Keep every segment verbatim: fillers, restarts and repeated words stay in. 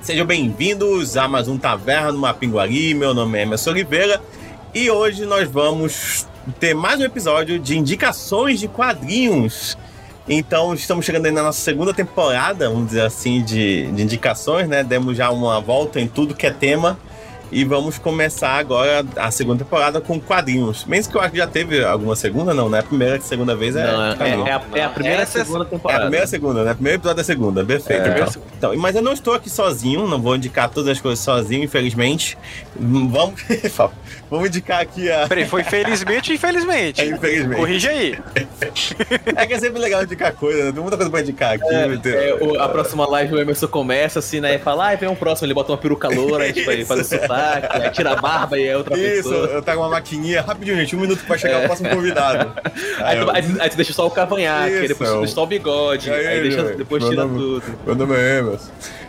Sejam bem-vindos a mais um Taverna no Mapinguari. Meu nome é Emerson Oliveira e hoje nós vamos ter mais um episódio de indicações de quadrinhos. Então estamos chegando aí na nossa segunda temporada, vamos dizer assim, de, de indicações, né? Demos já uma volta em tudo que é tema. E vamos começar agora a segunda temporada com quadrinhos. Mesmo que eu acho que já teve alguma segunda, não, né? A primeira e segunda vez é... Não, é, é, a, é a primeira e segunda temporada. É a primeira e segunda, né? Primeiro episódio da segunda, perfeito. É. Então. Então, mas eu não estou aqui sozinho, não vou indicar todas as coisas sozinho, infelizmente. Vamos... Vamos indicar aqui a... Peraí, foi felizmente ou infelizmente? É, infelizmente. Corrige aí. É que é sempre legal indicar coisa, né? Tem muita coisa pra indicar aqui. É, é, o, a próxima live o Emerson começa assim, né? E fala, ah, vem um próximo, ele bota uma peruca loura, a gente vai fazer sotaque, aí tira a barba e é outra Isso, pessoa. Isso, eu trago uma maquininha, rapidinho, gente, um minuto pra chegar é. o próximo convidado. Aí, aí, eu... aí, aí tu deixa só o cavanhaque, aí depois tu deixa só o bigode, aí, aí deixa, depois meu tira nome, tudo. Meu nome é Emerson.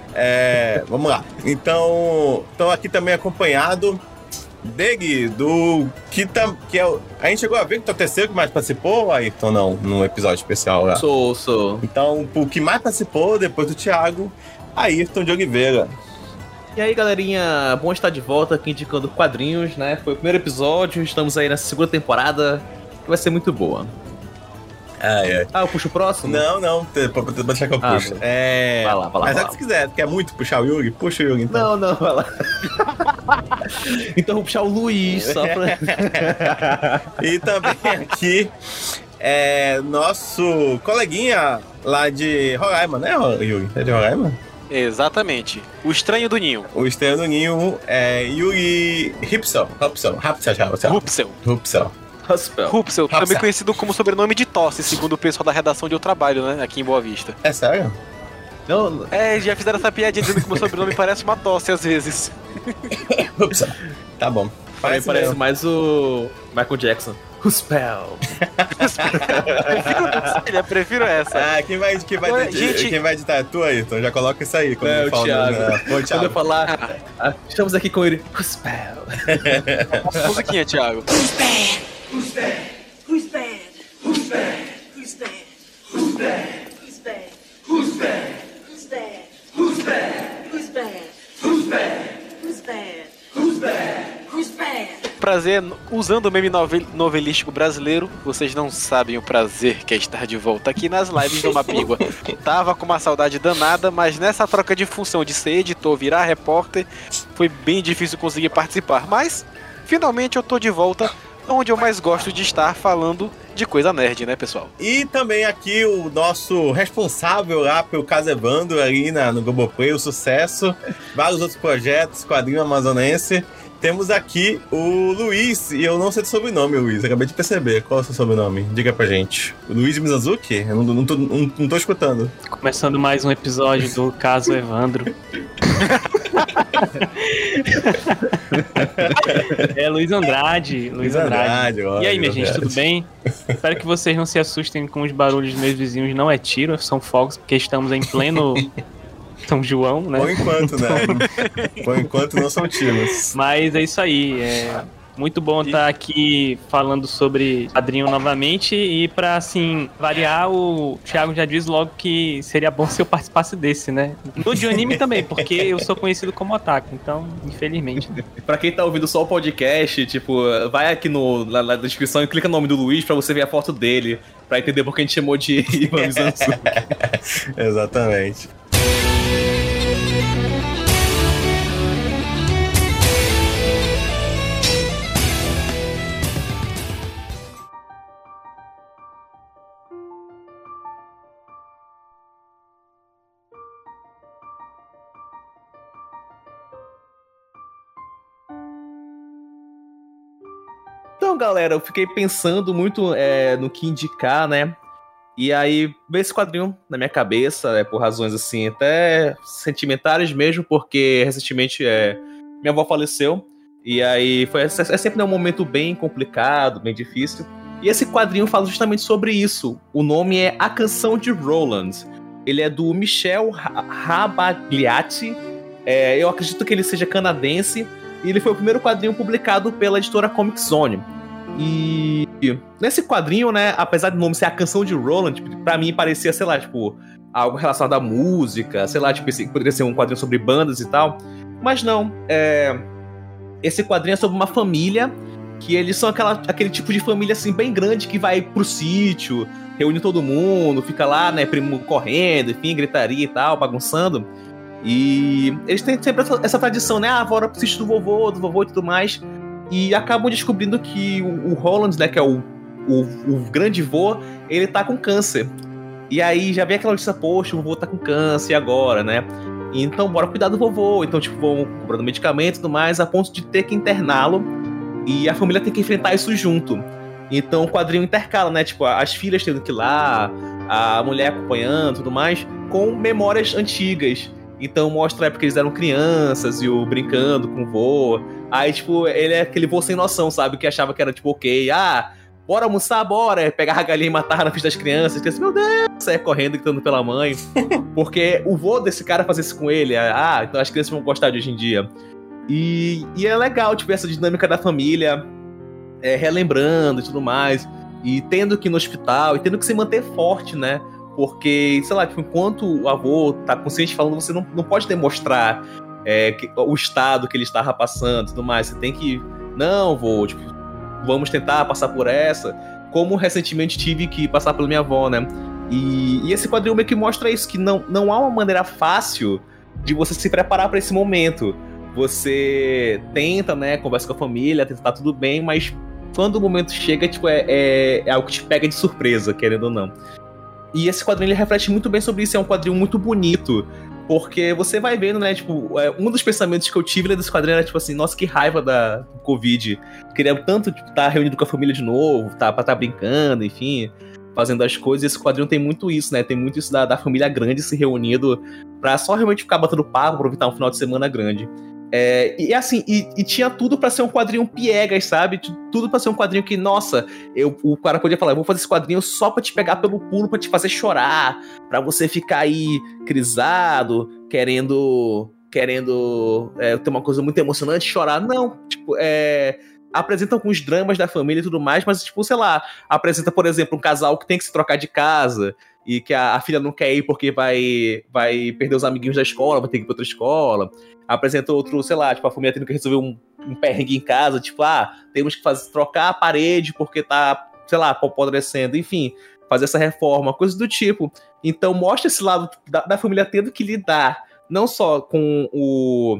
É, vamos lá. Então, estou aqui também acompanhado Deg, do que, tam, que é o, a gente chegou a ver que tu é o terceiro que mais participou, Ayrton, não, num episódio especial lá. Sou, sou. Então, o que mais participou, depois do Thiago, Ayrton de Oliveira. E aí, galerinha, bom estar de volta aqui indicando quadrinhos, né? Foi o primeiro episódio, estamos aí nessa segunda temporada, que vai ser muito boa. Ah, é. Ah, eu puxo o próximo? Não, não, pode deixar que eu puxo. Ah, é... Vai lá, vai lá. Mas vai lá. Se quiser, quer muito puxar o Yugi? Puxa o Yugi, então. Não, não, vai lá. Então vou puxar o Luiz, só pra... E também aqui, é nosso coleguinha lá de Roraima, né, Yugi? É de Roraima? Exatamente. O Estranho do Ninho. O Estranho do Ninho é Yugi Hipsel. Hipsel. Hipsel. Hupsel. Hupsel. Hupsel. Hupsel, também conhecido como sobrenome de tosse, segundo o pessoal da redação de Eu Trabalho, né? Aqui em Boa Vista. É sério? Não, é, já fizeram essa piadinha dizendo que o meu sobrenome parece uma tosse às vezes. Hupsel. Tá bom. Parece, parece mais o Michael Jackson. Hupsel. Eu prefiro essa. Ah, quem vai, quem vai, Agora, editar, gente... quem vai editar é tu aí, então já coloca isso aí. Quando é, eu o falo, Thiago. Né? Pô, Thiago. Quando eu falar, ah, estamos aqui com ele. Hupsel. Musiquinha, Thiago. Who's bad? Who's bad? Who's bad? Who's bad? Who's bad? Who's bad? Who's bad? Who's bad? Who's bad? Who's bad? Who's bad? Who's bad? Who's bad? Who's bad? Who's bad? Prazer, usando o meme novel, novelístico brasileiro, vocês não sabem o prazer que é estar de volta aqui nas lives do Mapígua. Tava com uma saudade danada, mas nessa troca de função de ser editor, virar repórter, foi bem difícil conseguir participar. Mas, finalmente eu tô de volta, onde eu mais gosto de estar falando de coisa nerd, né, pessoal? E também aqui o nosso responsável lá pelo Caso Evandro, ali na, no Globoplay, o Sucesso, vários outros projetos, quadrinho amazonense. Temos aqui o Luiz, e eu não sei do sobrenome, Luiz, acabei de perceber. Qual é o seu sobrenome? Diga pra gente. O Luiz Mizazuki? Eu não, não, tô, não, não tô escutando. Começando mais um episódio do Caso Evandro. É Luiz Andrade. Luiz, Luiz Andrade. Andrade olha, e aí, minha gente, tudo bem? Espero que vocês não se assustem com os barulhos dos meus vizinhos. Não é tiro, são fogos, porque estamos em pleno São João, né? Por enquanto, né? Por enquanto não são tiros. Mas é isso aí. É muito bom estar aqui falando sobre quadrinho novamente. E pra, assim, variar, o Thiago já diz logo que seria bom se eu participasse desse, né? No de anime também, porque eu sou conhecido como otaku. Então, infelizmente. Pra quem tá ouvindo só o podcast, tipo, vai aqui no, na, na descrição e clica no nome do Luiz pra você ver a foto dele. Pra entender porque a gente chamou de Ivan Mizanzuki. Exatamente. Então, galera, eu fiquei pensando muito é, no que indicar, né? E aí, veio esse quadrinho na minha cabeça, é, por razões, assim, até sentimentais mesmo, porque recentemente é, minha avó faleceu. E aí, foi, é sempre um momento bem complicado, bem difícil. E esse quadrinho fala justamente sobre isso. O nome é A Canção de Roland. Ele é do Michel Rabagliati. É, eu acredito que ele seja canadense. E ele foi o primeiro quadrinho publicado pela editora Comic Zone. E nesse quadrinho, né, apesar do nome ser A Canção de Roland, pra mim parecia, sei lá, tipo, algo relacionado à música, sei lá, tipo, esse poderia ser um quadrinho sobre bandas e tal. Mas não, é... esse quadrinho é sobre uma família que eles são aquela, aquele tipo de família, assim, bem grande que vai pro sítio, reúne todo mundo, fica lá, né, primo correndo, enfim, gritaria e tal, bagunçando. E eles têm sempre essa, essa tradição, né, ah, bora pro sítio do vovô, do vovô e tudo mais. E acabam descobrindo que o, o Roland, né, que é o, o, o grande vô, ele tá com câncer. E aí já vem aquela notícia, poxa, o vovô tá com câncer, e agora, né? Então bora cuidar do vovô. Então, tipo, vão comprando medicamento e tudo mais, a ponto de ter que interná-lo. E a família tem que enfrentar isso junto. Então o quadrinho intercala, né? Tipo, as filhas tendo que ir lá, a mulher acompanhando e tudo mais, com memórias antigas. Então mostra a época que eles eram crianças e o brincando com o vô. Aí, tipo, ele é aquele vô sem noção, sabe? Que achava que era, tipo, ok, ah, bora almoçar, bora. Pegar a galinha e matar na frente das crianças. Que assim, meu Deus, saia correndo, gritando pela mãe. Porque o vô desse cara fazia isso com ele. Ah, então as crianças vão gostar de hoje em dia. E, e é legal, tipo, essa dinâmica da família, é, relembrando e tudo mais, e tendo que ir no hospital, e tendo que se manter forte, né? Porque, sei lá, tipo, enquanto o avô tá consciente falando, você não, não pode demonstrar é, que, o estado que ele estava passando e tudo mais. Você tem que, não, vô, tipo, vamos tentar passar por essa, como recentemente tive que passar pela minha avó, né? E, e esse quadrinho meio que mostra isso, que não, não há uma maneira fácil de você se preparar para esse momento. Você tenta, né, conversa com a família, tenta estar tudo bem, mas quando o momento chega, tipo, é, é, é algo que te pega de surpresa, querendo ou não. E esse quadrinho, ele reflete muito bem sobre isso, é um quadrinho muito bonito, porque você vai vendo, né, tipo, é, um dos pensamentos que eu tive desse quadrinho era, tipo assim, nossa, que raiva da do Covid. Queria tanto, tipo, estar reunido com a família de novo, tá, pra estar brincando, enfim, fazendo as coisas. E esse quadrinho tem muito isso, né, tem muito isso da, da família grande se reunindo pra só realmente ficar batendo papo, aproveitar um final de semana grande. É, e assim, e, e tinha tudo pra ser um quadrinho piegas, sabe? Tudo pra ser um quadrinho que, nossa, eu, o cara podia falar, eu vou fazer esse quadrinho só pra te pegar pelo pulo, pra te fazer chorar, pra você ficar aí crisado, querendo, querendo é, ter uma coisa muito emocionante, chorar. Não, tipo, é... apresenta alguns dramas da família e tudo mais, mas, tipo, sei lá, apresenta, por exemplo, um casal que tem que se trocar de casa e que a, a filha não quer ir porque vai, vai perder os amiguinhos da escola, vai ter que ir pra outra escola. Apresenta outro, sei lá, tipo, a família tendo que resolver um, um perrengue em casa, tipo, ah, temos que fazer, trocar a parede porque tá, sei lá, apodrecendo, enfim, fazer essa reforma, coisas do tipo. Então mostra esse lado da, da família tendo que lidar, não só com o,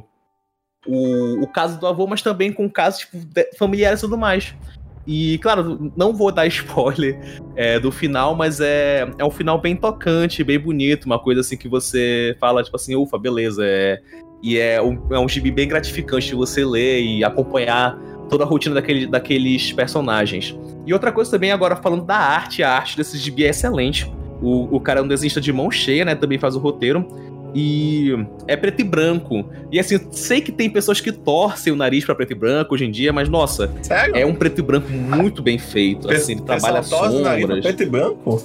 o, o caso do avô, mas também com casos, tipo, familiares e tudo mais. E, claro, não vou dar spoiler é, do final, mas é, é um final bem tocante, bem bonito, uma coisa assim que você fala, tipo assim, ufa, beleza, é... E é um, é um gibi bem gratificante de você ler e acompanhar toda a rotina daquele, daqueles personagens. E outra coisa também, agora falando da arte, a arte desse gibi é excelente. O, o cara é um desenhista de mão cheia, né? Também faz o roteiro. E é preto e branco. E assim, sei que tem pessoas que torcem o nariz pra preto e branco hoje em dia, mas nossa, sério? É um preto e branco muito bem feito. Assim, ele trabalha sombras. O nariz pra preto e branco?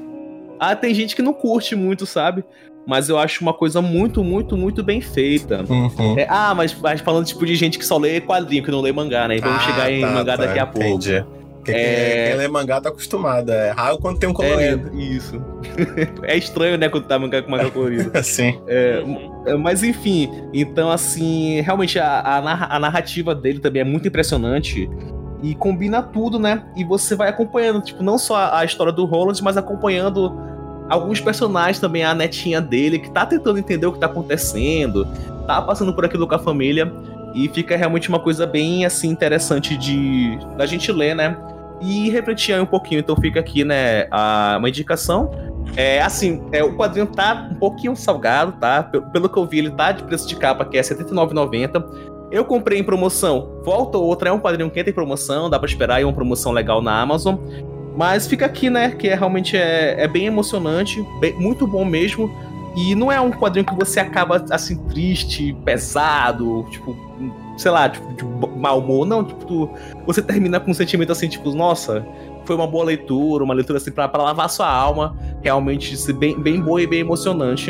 Ah, tem gente que não curte muito, sabe? Mas eu acho uma coisa muito, muito, muito bem feita. Uhum. É, ah, mas, mas falando tipo de gente que só lê quadrinho, que não lê mangá, né? E vamos ah, chegar em tá, mangá tá, daqui a pouco. Entendi. Porque é... quem lê mangá tá acostumado. É raro quando tem um colorido. É, isso. É estranho, né, quando tá mangá com mangá colorido. Sim. É, mas enfim, então assim, realmente a, a narrativa dele também é muito impressionante. E combina tudo, né? E você vai acompanhando, tipo, não só a história do Roland, mas acompanhando alguns personagens também, a netinha dele, que tá tentando entender o que tá acontecendo, tá passando por aquilo com a família, e fica realmente uma coisa bem, assim, interessante de da gente ler, né? E refletir aí um pouquinho. Então fica aqui, né, a, uma indicação. É, assim, é, o quadrinho tá um pouquinho salgado, tá? Pelo, pelo que eu vi, ele tá de preço de capa, que é setenta e nove reais e noventa centavos. Eu comprei em promoção, volta ou outra, é um quadrinho que entra em promoção, dá pra esperar, é uma promoção legal na Amazon. Mas fica aqui, né, que é, realmente é, é bem emocionante, bem, muito bom mesmo. E não é um quadrinho que você acaba, assim, triste, pesado, tipo, sei lá, tipo, de mau humor. Não, tipo, tu, você termina com um sentimento assim, tipo, nossa, foi uma boa leitura, uma leitura assim pra, pra lavar sua alma, realmente ser bem, bem boa e bem emocionante.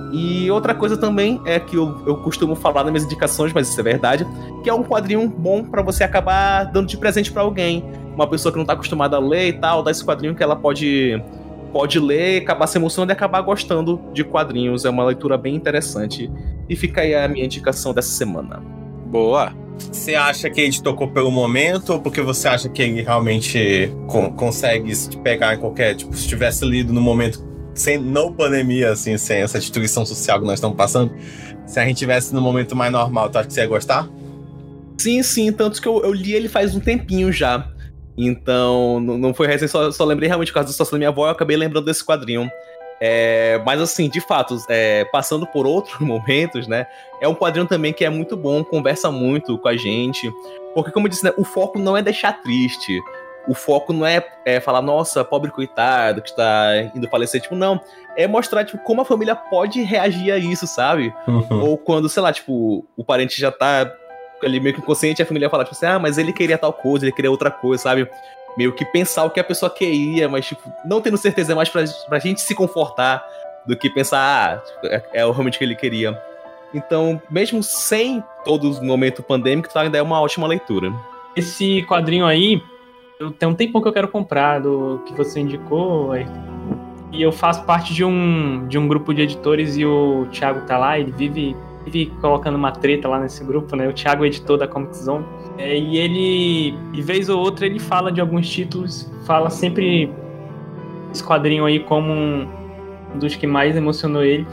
E outra coisa também é que eu, eu costumo falar nas minhas indicações, mas isso é verdade, que é um quadrinho bom pra você acabar dando de presente pra alguém. Uma pessoa que não tá acostumada a ler e tal, dá esse quadrinho que ela pode pode ler, acabar se emocionando e acabar gostando de quadrinhos. É uma leitura bem interessante. E fica aí a minha indicação dessa semana. Boa. Você acha que ele te tocou pelo momento ou porque você acha que ele realmente con- consegue te pegar em qualquer... Tipo, se tivesse lido no momento, sem não pandemia, assim, sem essa destruição social que nós estamos passando, se a gente tivesse no momento mais normal, tu acha que você ia gostar? Sim, sim, tanto que eu, eu li ele faz um tempinho já. Então, não, não foi recente, só, só lembrei realmente por causa da situação da minha avó, eu acabei lembrando desse quadrinho. É, mas assim, de fato, é, passando por outros momentos, né, é um quadrinho também que é muito bom, conversa muito com a gente, porque como eu disse, né, o foco não é deixar triste, o foco não é, é falar, nossa, pobre coitado que está indo falecer, tipo, não, é mostrar, tipo, como a família pode reagir a isso, sabe? Uhum. Ou quando, sei lá, tipo, o parente já tá ali meio que inconsciente, a família fala, tipo assim, ah, mas ele queria tal coisa, ele queria outra coisa, sabe? Meio que pensar o que a pessoa queria, mas, tipo, não tendo certeza, é mais pra, pra gente se confortar do que pensar, ah, é, é realmente o que ele queria. Então, mesmo sem todo o momento pandêmico, tá, ainda é uma ótima leitura. Esse quadrinho aí, eu tenho um tempão que eu quero comprar, do que você indicou, aí. E eu faço parte de um, de um grupo de editores e o Thiago tá lá, ele vive, vive colocando uma treta lá nesse grupo, né? O Thiago é editor da Comic Zone. É, e ele, de vez ou outra, ele fala de alguns títulos, fala sempre esse quadrinho aí como um dos que mais emocionou ele.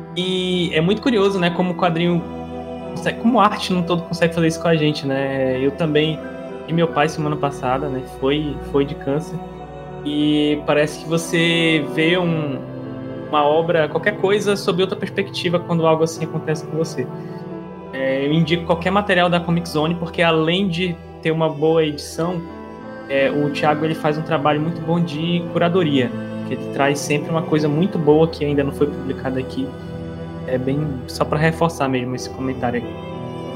E é muito curioso, né? Como o quadrinho, como a arte no todo consegue fazer isso com a gente, né? Eu também, e meu pai semana passada, né? Foi, foi de câncer. E parece que você vê um, uma obra, qualquer coisa, sob outra perspectiva quando algo assim acontece com você. É, eu indico qualquer material da Comic Zone, porque além de ter uma boa edição, é, o Thiago ele faz um trabalho muito bom de curadoria, que ele traz sempre uma coisa muito boa que ainda não foi publicada aqui. É bem só para reforçar mesmo esse comentário aqui.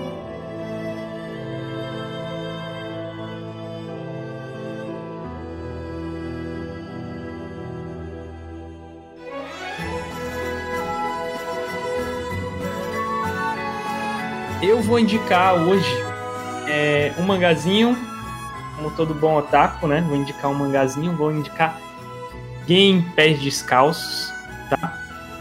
Eu vou indicar hoje é, um mangazinho, como todo bom otaku, né? Vou indicar um mangazinho, vou indicar Game Pés Descalços, tá?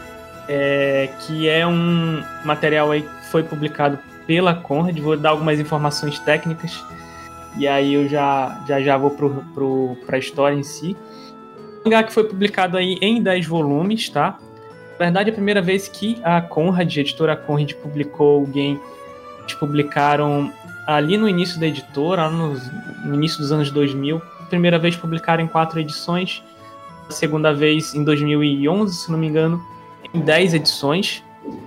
É, que é um material aí que foi publicado pela Conrad. Vou dar algumas informações técnicas e aí eu já já, já vou pro, pro, pra história em si. Um mangá que foi publicado aí em dez volumes, tá? Na verdade, é a primeira vez que a Conrad, a editora Conrad, publicou o Game. Eles publicaram ali no início da editora, no, no início dos anos dois mil. Primeira vez publicaram em quatro edições. A segunda vez em dois mil e onze, se não me engano, em dez edições.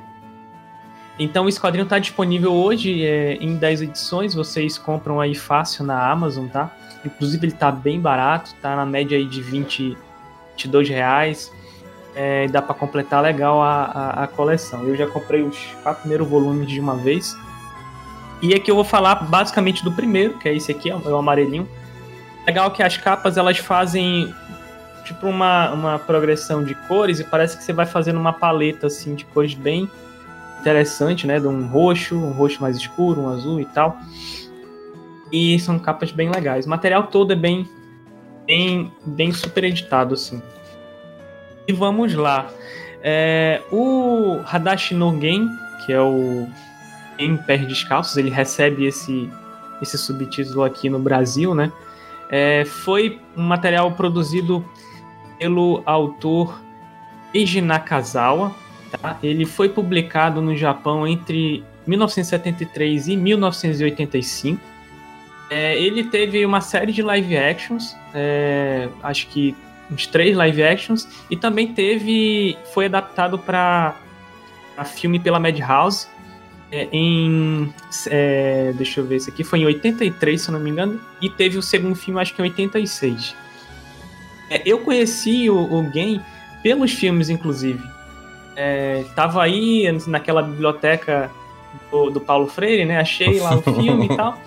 Então esse quadrinho está disponível hoje é, em dez edições. Vocês compram aí fácil na Amazon, tá? Inclusive ele está bem barato, tá na média aí de vinte, vinte e dois reais. É, dá para completar legal a, a, a coleção. Eu já comprei os quatro primeiros volumes de uma vez. E aqui eu vou falar basicamente do primeiro, que é esse aqui, é o amarelinho. Legal que as capas elas fazem tipo uma, uma progressão de cores e parece que você vai fazendo uma paleta assim, de cores bem interessante, né? De um roxo, um roxo mais escuro, um azul e tal. E são capas bem legais. O material todo é bem, bem, bem super editado, assim. E vamos lá. É, o Hadashi no Gen, que é o Em Pés Descalços, ele recebe esse, esse subtítulo aqui no Brasil, né? É, foi um material produzido pelo autor Eiji Nakazawa, tá? Ele foi publicado no Japão entre mil novecentos e setenta e três e mil novecentos e oitenta e cinco. É, ele teve uma série de live actions, é, acho que uns três live actions, e também teve, foi adaptado para filme pela Madhouse. É, em é, deixa eu ver, esse aqui foi em oitenta e três, se eu não me engano, e teve o segundo filme, acho que em oitenta e seis. É, eu conheci o, o Gen pelos filmes, inclusive. É, tava aí naquela biblioteca do, do Paulo Freire, né? Achei lá o filme e tal.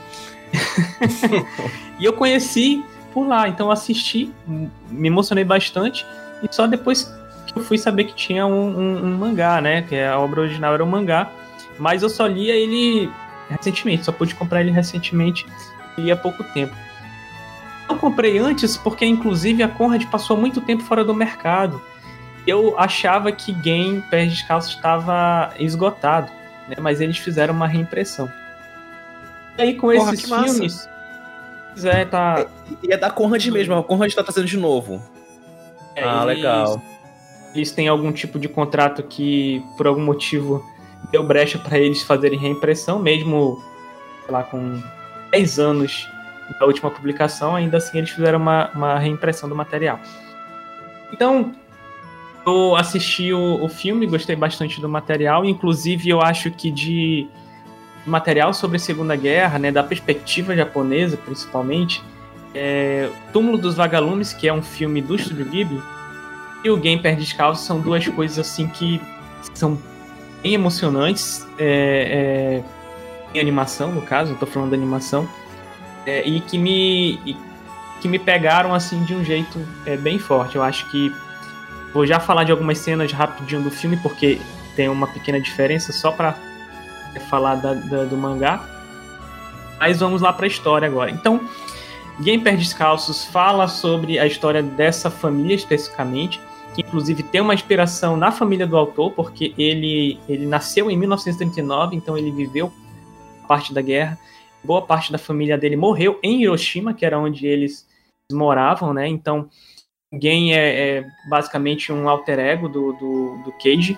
E eu conheci por lá, então eu assisti, me emocionei bastante, e só depois que eu fui saber que tinha um, um, um mangá, né? Que a obra original era um mangá. Mas eu só lia ele recentemente, só pude comprar ele recentemente e há pouco tempo. Eu comprei antes porque, inclusive, a Conrad passou muito tempo fora do mercado. Eu achava que Game Pés Descalços estava esgotado, né? Mas eles fizeram uma reimpressão. E aí, com Porra, esses que massa. filmes... É, tá... E é da Conrad mesmo, a Conrad tá trazendo de novo. É, ah, eles- legal. Eles têm algum tipo de contrato que, por algum motivo, deu brecha para eles fazerem reimpressão, mesmo, sei lá, com dez anos da última publicação, ainda assim eles fizeram uma, uma reimpressão do material. Então, eu assisti o, o filme, gostei bastante do material, inclusive eu acho que de material sobre a Segunda Guerra, né, da perspectiva japonesa, principalmente, é, Túmulo dos Vagalumes, que é um filme do Estúdio Ghibli, e o Game Pés Descalços são duas coisas assim que são bem emocionantes, é, é, em animação, no caso, eu tô falando da animação, é, e que me, e, que me pegaram assim de um jeito é, bem forte. Eu acho que vou já falar de algumas cenas rapidinho do filme, porque tem uma pequena diferença só para falar da, da, do mangá. Mas vamos lá para a história agora. Então, Game Pés Descalços fala sobre a história dessa família especificamente, que inclusive tem uma inspiração na família do autor, porque ele, ele nasceu em mil novecentos e trinta e nove, então ele viveu parte da guerra. Boa parte da família dele morreu em Hiroshima, que era onde eles moravam, né? Então, o Gen é, é basicamente um alter ego do, do, do Keiji.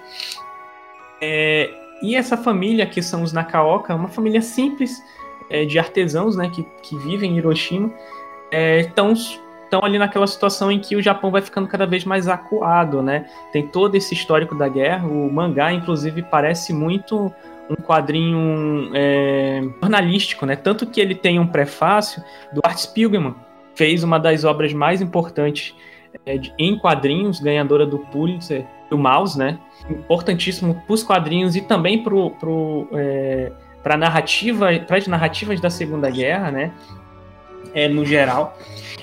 É, e essa família, que são os Nakaoka, é uma família simples, é, de artesãos, né, que, que vivem em Hiroshima, estão é, estão ali naquela situação em que o Japão vai ficando cada vez mais acuado, né? Tem todo esse histórico da guerra. O mangá, inclusive, parece muito um quadrinho é, jornalístico, né? Tanto que ele tem um prefácio do Art Spiegelman, fez uma das obras mais importantes é, de, em quadrinhos, ganhadora do Pulitzer, do Mouse, né? Importantíssimo para os quadrinhos e também para pro, é, para narrativa, para as narrativas da Segunda Guerra, né? É, no geral.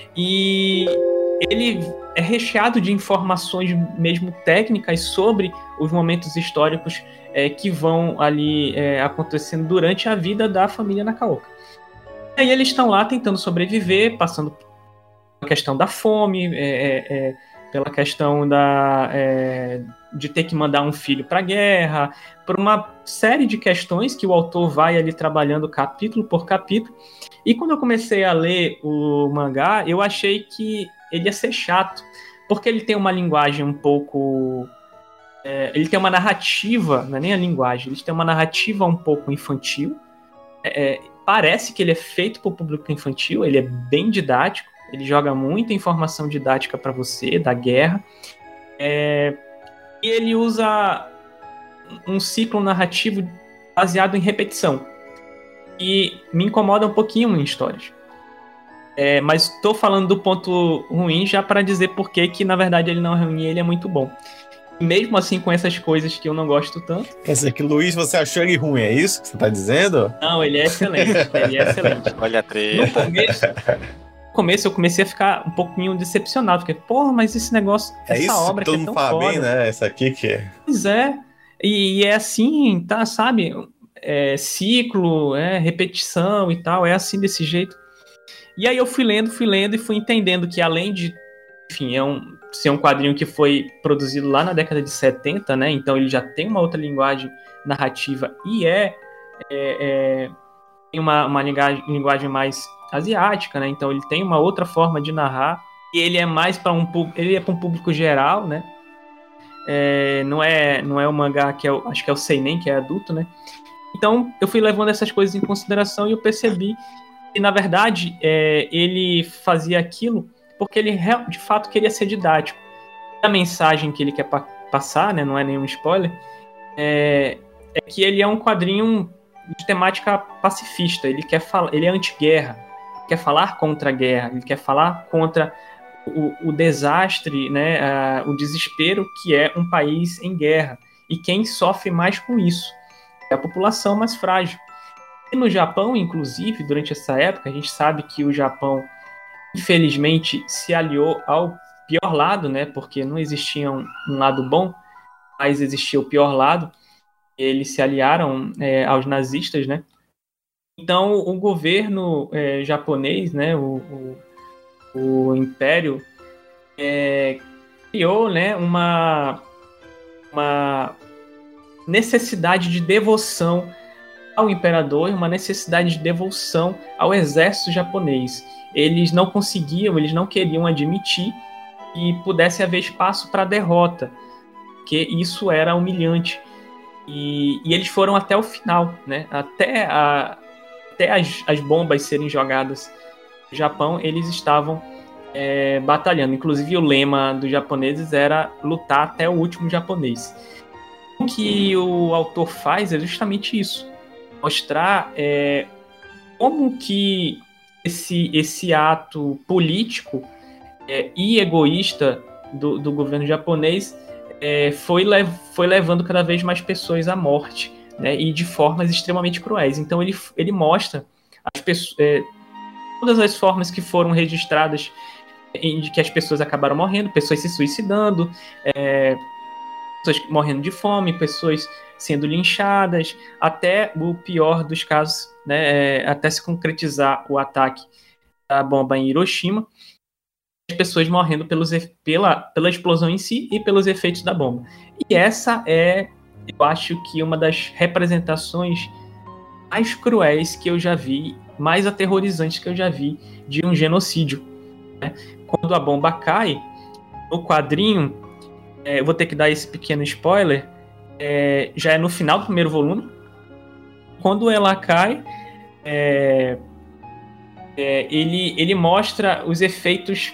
E ele é recheado de informações mesmo técnicas sobre os momentos históricos é, que vão ali é, acontecendo durante a vida da família Nakaoka. E aí eles estão lá tentando sobreviver, passando pela questão da fome, é, é, pela questão da, é, de ter que mandar um filho para a guerra, por uma série de questões que o autor vai ali trabalhando capítulo por capítulo. E quando eu comecei a ler o mangá, eu achei que ele ia ser chato, porque ele tem uma linguagem um pouco... É, ele tem uma narrativa, não é nem a linguagem, ele tem uma narrativa um pouco infantil. É, parece que ele é feito para o público infantil, ele é bem didático, ele joga muita informação didática para você, da guerra. É, e ele usa um ciclo narrativo baseado em repetição. E me incomoda um pouquinho em histórias. É, mas estou falando do ponto ruim já para dizer por que que, na verdade, ele não é ruim, ele é muito bom. E mesmo assim, com essas coisas que eu não gosto tanto... Quer dizer que, Luiz, você achou ele ruim, é isso que você está dizendo? Não, ele é excelente, ele é excelente. Olha a No treta. começo, no começo eu comecei a ficar um pouquinho decepcionado, porque, porra, mas esse negócio, É essa isso obra que que todo é mundo tão fala foda. bem, né? Essa aqui que é... Pois é, e, e é assim, tá, sabe? É, ciclo, é, repetição e tal, é assim desse jeito. E aí eu fui lendo, fui lendo e fui entendendo que além de, enfim, é um, ser um quadrinho que foi produzido lá na década de setenta, né? Então ele já tem uma outra linguagem narrativa e é, é, é tem uma, uma linguagem, linguagem mais asiática, né? Então ele tem uma outra forma de narrar e ele é mais para um ele é para um público geral, né? É, não é não é o mangá que é o, acho que é o seinen, que é adulto, né? Então eu fui levando essas coisas em consideração e eu percebi que, na verdade, é, ele fazia aquilo porque ele de fato queria ser didático. A mensagem que ele quer pa- passar, né, não é nenhum spoiler, é, é que ele é um quadrinho de temática pacifista. Ele quer falar, ele é anti-guerra, ele quer falar contra a guerra, ele quer falar contra o, o desastre, né, a, o desespero que é um país em guerra. E quem sofre mais com isso é a população mais frágil. E no Japão, inclusive, durante essa época, a gente sabe que o Japão, infelizmente, se aliou ao pior lado, né? Porque não existia um, um lado bom, mas existia o pior lado. Eles se aliaram é, aos nazistas, né? Então, o governo é, japonês, né? O, o, o Império é, criou, né, uma, uma necessidade de devoção ao imperador e uma necessidade de devoção ao exército japonês. Eles não conseguiam, eles não queriam admitir que pudesse haver espaço para derrota, porque isso era humilhante. E, e eles foram até o final, né? Até, a, até as, as bombas serem jogadas no Japão, eles estavam é, batalhando. Inclusive, o lema dos japoneses era lutar até o último japonês. O que o autor faz é justamente isso. Mostrar é, como que esse, esse ato político é, e egoísta do, do governo japonês é, foi, lev- foi levando cada vez mais pessoas à morte, né, e de formas extremamente cruéis. Então ele, ele mostra as pessoas, é, todas as formas que foram registradas em de que as pessoas acabaram morrendo, pessoas se suicidando, é, pessoas morrendo de fome, pessoas sendo linchadas, até o pior dos casos, né, é, até se concretizar o ataque da bomba em Hiroshima, as pessoas morrendo pelos, pela, pela explosão em si e pelos efeitos da bomba. E essa é, eu acho que uma das representações mais cruéis que eu já vi, mais aterrorizantes que eu já vi de um genocídio, né? Quando a bomba cai, no quadrinho, é, eu vou ter que dar esse pequeno spoiler, é, já é no final do primeiro volume. Quando ela cai, é, é, ele, ele mostra os efeitos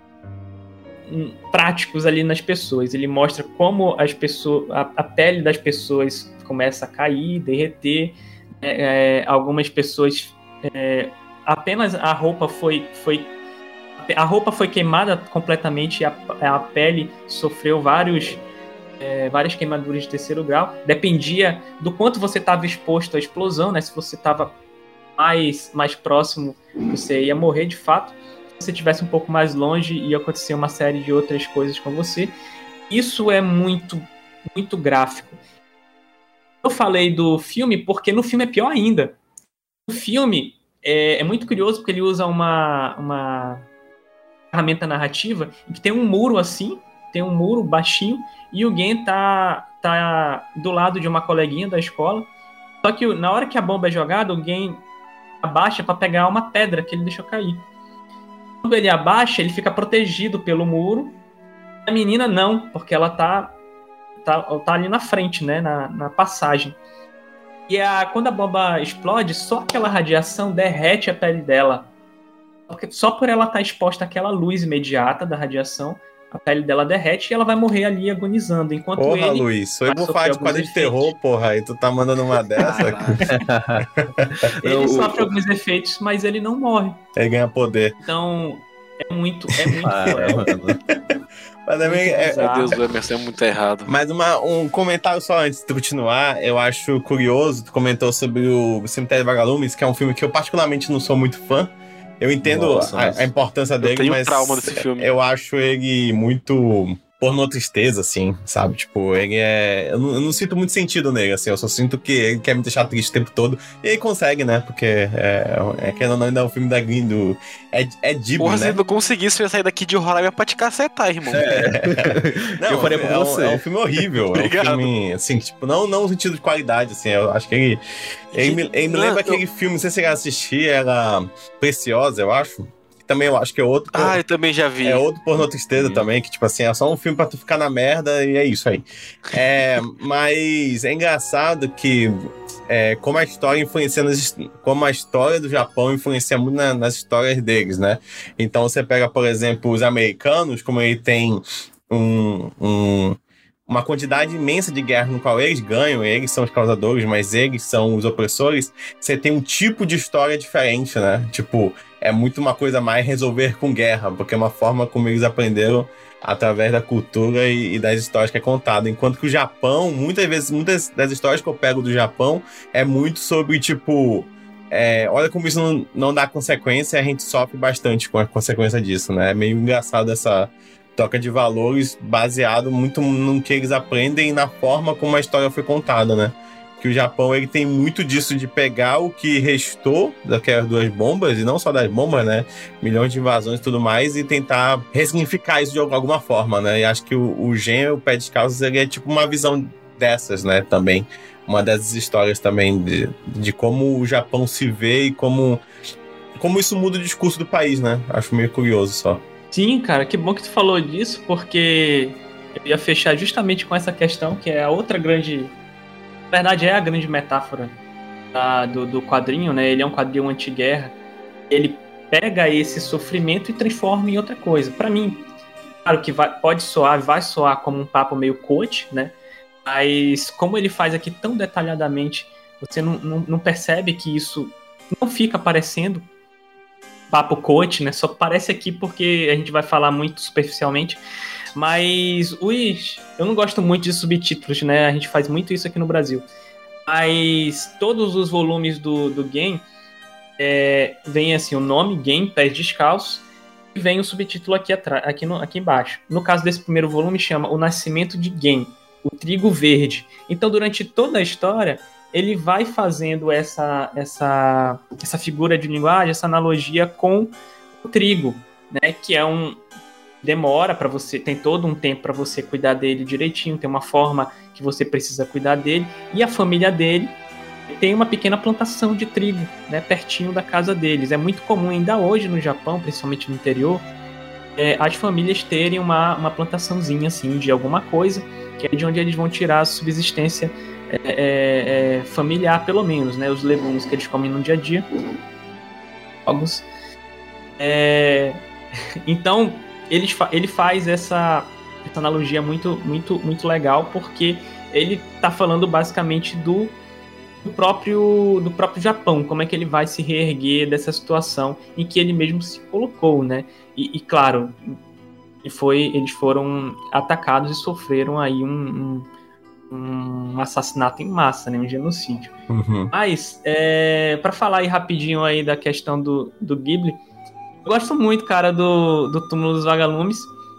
práticos ali nas pessoas. Ele mostra como as pessoas, a, a pele das pessoas começa a cair, derreter. É, é, algumas pessoas é, apenas a roupa foi, foi a roupa foi queimada completamente e a, a pele sofreu vários É, várias queimaduras de terceiro grau. Dependia do quanto você estava exposto à explosão, né? Se você estava mais, mais próximo, você ia morrer de fato. Se você estivesse um pouco mais longe, ia acontecer uma série de outras coisas com você. Isso é muito, muito gráfico. Eu falei do filme porque no filme é pior ainda. O filme é, é muito curioso porque ele usa uma, uma ferramenta narrativa que tem um muro assim, tem um muro baixinho, e o Gen tá, tá do lado de uma coleguinha da escola. Só que na hora que a bomba é jogada, o Gen abaixa para pegar uma pedra que ele deixou cair. Quando ele abaixa, ele fica protegido pelo muro. A menina não, porque ela tá, tá, tá ali na frente, né, na, na passagem. E a, quando a bomba explode, só aquela radiação derrete a pele dela. Porque só por ela estar exposta àquela luz imediata da radiação, a pele dela derrete e ela vai morrer ali agonizando. Enquanto porra, ele Luiz, sou eu vou falar de quadro de terror, porra, e tu tá mandando uma dessa. Ele Eu- sofre alguns efeitos, mas ele não morre. Ele ganha poder. Então, é muito, é muito Ah, cruel. mano. Mas também é, Meu Exato. Deus, o Emerson é muito errado. mas uma, um comentário só antes de tu continuar, eu acho curioso, tu comentou sobre o Cemitério de Vagalumes, que é um filme que eu particularmente não sou muito fã. Eu entendo Nossa, a, nossa. a importância dele, tenho mas trauma desse filme. eu acho ele muito pornô tristeza, assim, sabe? Tipo, ele é... Eu não, eu não sinto muito sentido nele, assim, eu só sinto que ele quer me deixar triste o tempo todo. E ele consegue, né? Porque é, é que não ainda é um filme da Green do... É, é Ghibli, Porra, se né? ele não conseguisse, eu ia sair daqui de Roraima pra te cacetar, irmão. Não, Eu faria por é um- você. É um filme horrível. É um Obrigado. filme, assim, tipo, não, não no sentido de qualidade, assim, eu acho que ele... Ele me, ele me Não, lembra eu- aquele filme, não sei se você já assistiu, era Preciosa, eu acho. Que também eu acho que é outro... Ah, eu também já vi. É outro pornô tristeza também, que tipo assim, é só um filme pra tu ficar na merda e é isso aí. É, mas é engraçado que é, como a história influencia nas, como a história do Japão influencia muito na- nas histórias deles, né? Então você pega, por exemplo, os americanos, como ele tem um, um- uma quantidade imensa de guerra no qual eles ganham, eles são os causadores, mas eles são os opressores, você tem um tipo de história diferente, né? Tipo, é muito uma coisa mais resolver com guerra, porque é uma forma como eles aprenderam através da cultura e, e das histórias que é contada. Enquanto que o Japão, muitas vezes, muitas das histórias que eu pego do Japão é muito sobre, tipo, é, olha como isso não, não dá consequência e a gente sofre bastante com a consequência disso, né? É meio engraçado essa troca de valores baseado muito no que eles aprendem e na forma como a história foi contada, né? que o Japão ele tem muito disso de pegar o que restou daquelas duas bombas, e não só das bombas, né? Milhões de invasões e tudo mais, e tentar ressignificar isso de alguma forma, né? E acho que o, o Gen, o Pé Descalço, ele é tipo uma visão dessas, né? Também. Uma dessas histórias também de, de como o Japão se vê e como, como isso muda o discurso do país, né? Acho meio curioso só. Sim, cara, que bom que tu falou disso, porque eu ia fechar justamente com essa questão, que é a outra grande... Na verdade, é a grande metáfora da, do, do quadrinho, né? Ele é um quadrinho anti-guerra. Ele pega esse sofrimento e transforma em outra coisa. Pra mim, claro que vai, pode soar, vai soar como um papo meio coach, né? Mas como ele faz aqui tão detalhadamente, você não, não, não percebe que isso não fica parecendo papo coach, né? Só parece aqui porque a gente vai falar muito superficialmente. Mas os... eu não gosto muito de subtítulos, né? A gente faz muito isso aqui no Brasil. Mas todos os volumes do, do Game é, vem assim, o nome, Game, Pés Descalços, e vem o subtítulo aqui, atrás, aqui, no, aqui embaixo. No caso desse primeiro volume, chama O Nascimento de Game, o Trigo Verde. Então, durante toda a história, ele vai fazendo essa, essa, essa figura de linguagem, essa analogia com o trigo, né? Que é um... demora para você, tem todo um tempo para você cuidar dele direitinho, tem uma forma que você precisa cuidar dele, e a família dele tem uma pequena plantação de trigo, né, pertinho da casa deles. É muito comum ainda hoje no Japão, principalmente no interior, é, as famílias terem uma, uma plantaçãozinha assim de alguma coisa, que é de onde eles vão tirar a subsistência é, é, é, familiar, pelo menos, né, os legumes que eles comem no dia a dia. Alguns. É, então ele, ele faz essa, essa analogia muito, muito, muito legal, porque ele está falando basicamente do, do, próprio, do próprio Japão, como é que ele vai se reerguer dessa situação em que ele mesmo se colocou, né? E, e claro, e foi, eles foram atacados e sofreram aí um, um, um assassinato em massa, né? Um genocídio. Uhum. Mas, é, para falar aí rapidinho aí da questão do, do Ghibli, eu gosto muito, cara, do, do Túmulo dos Vagalumes.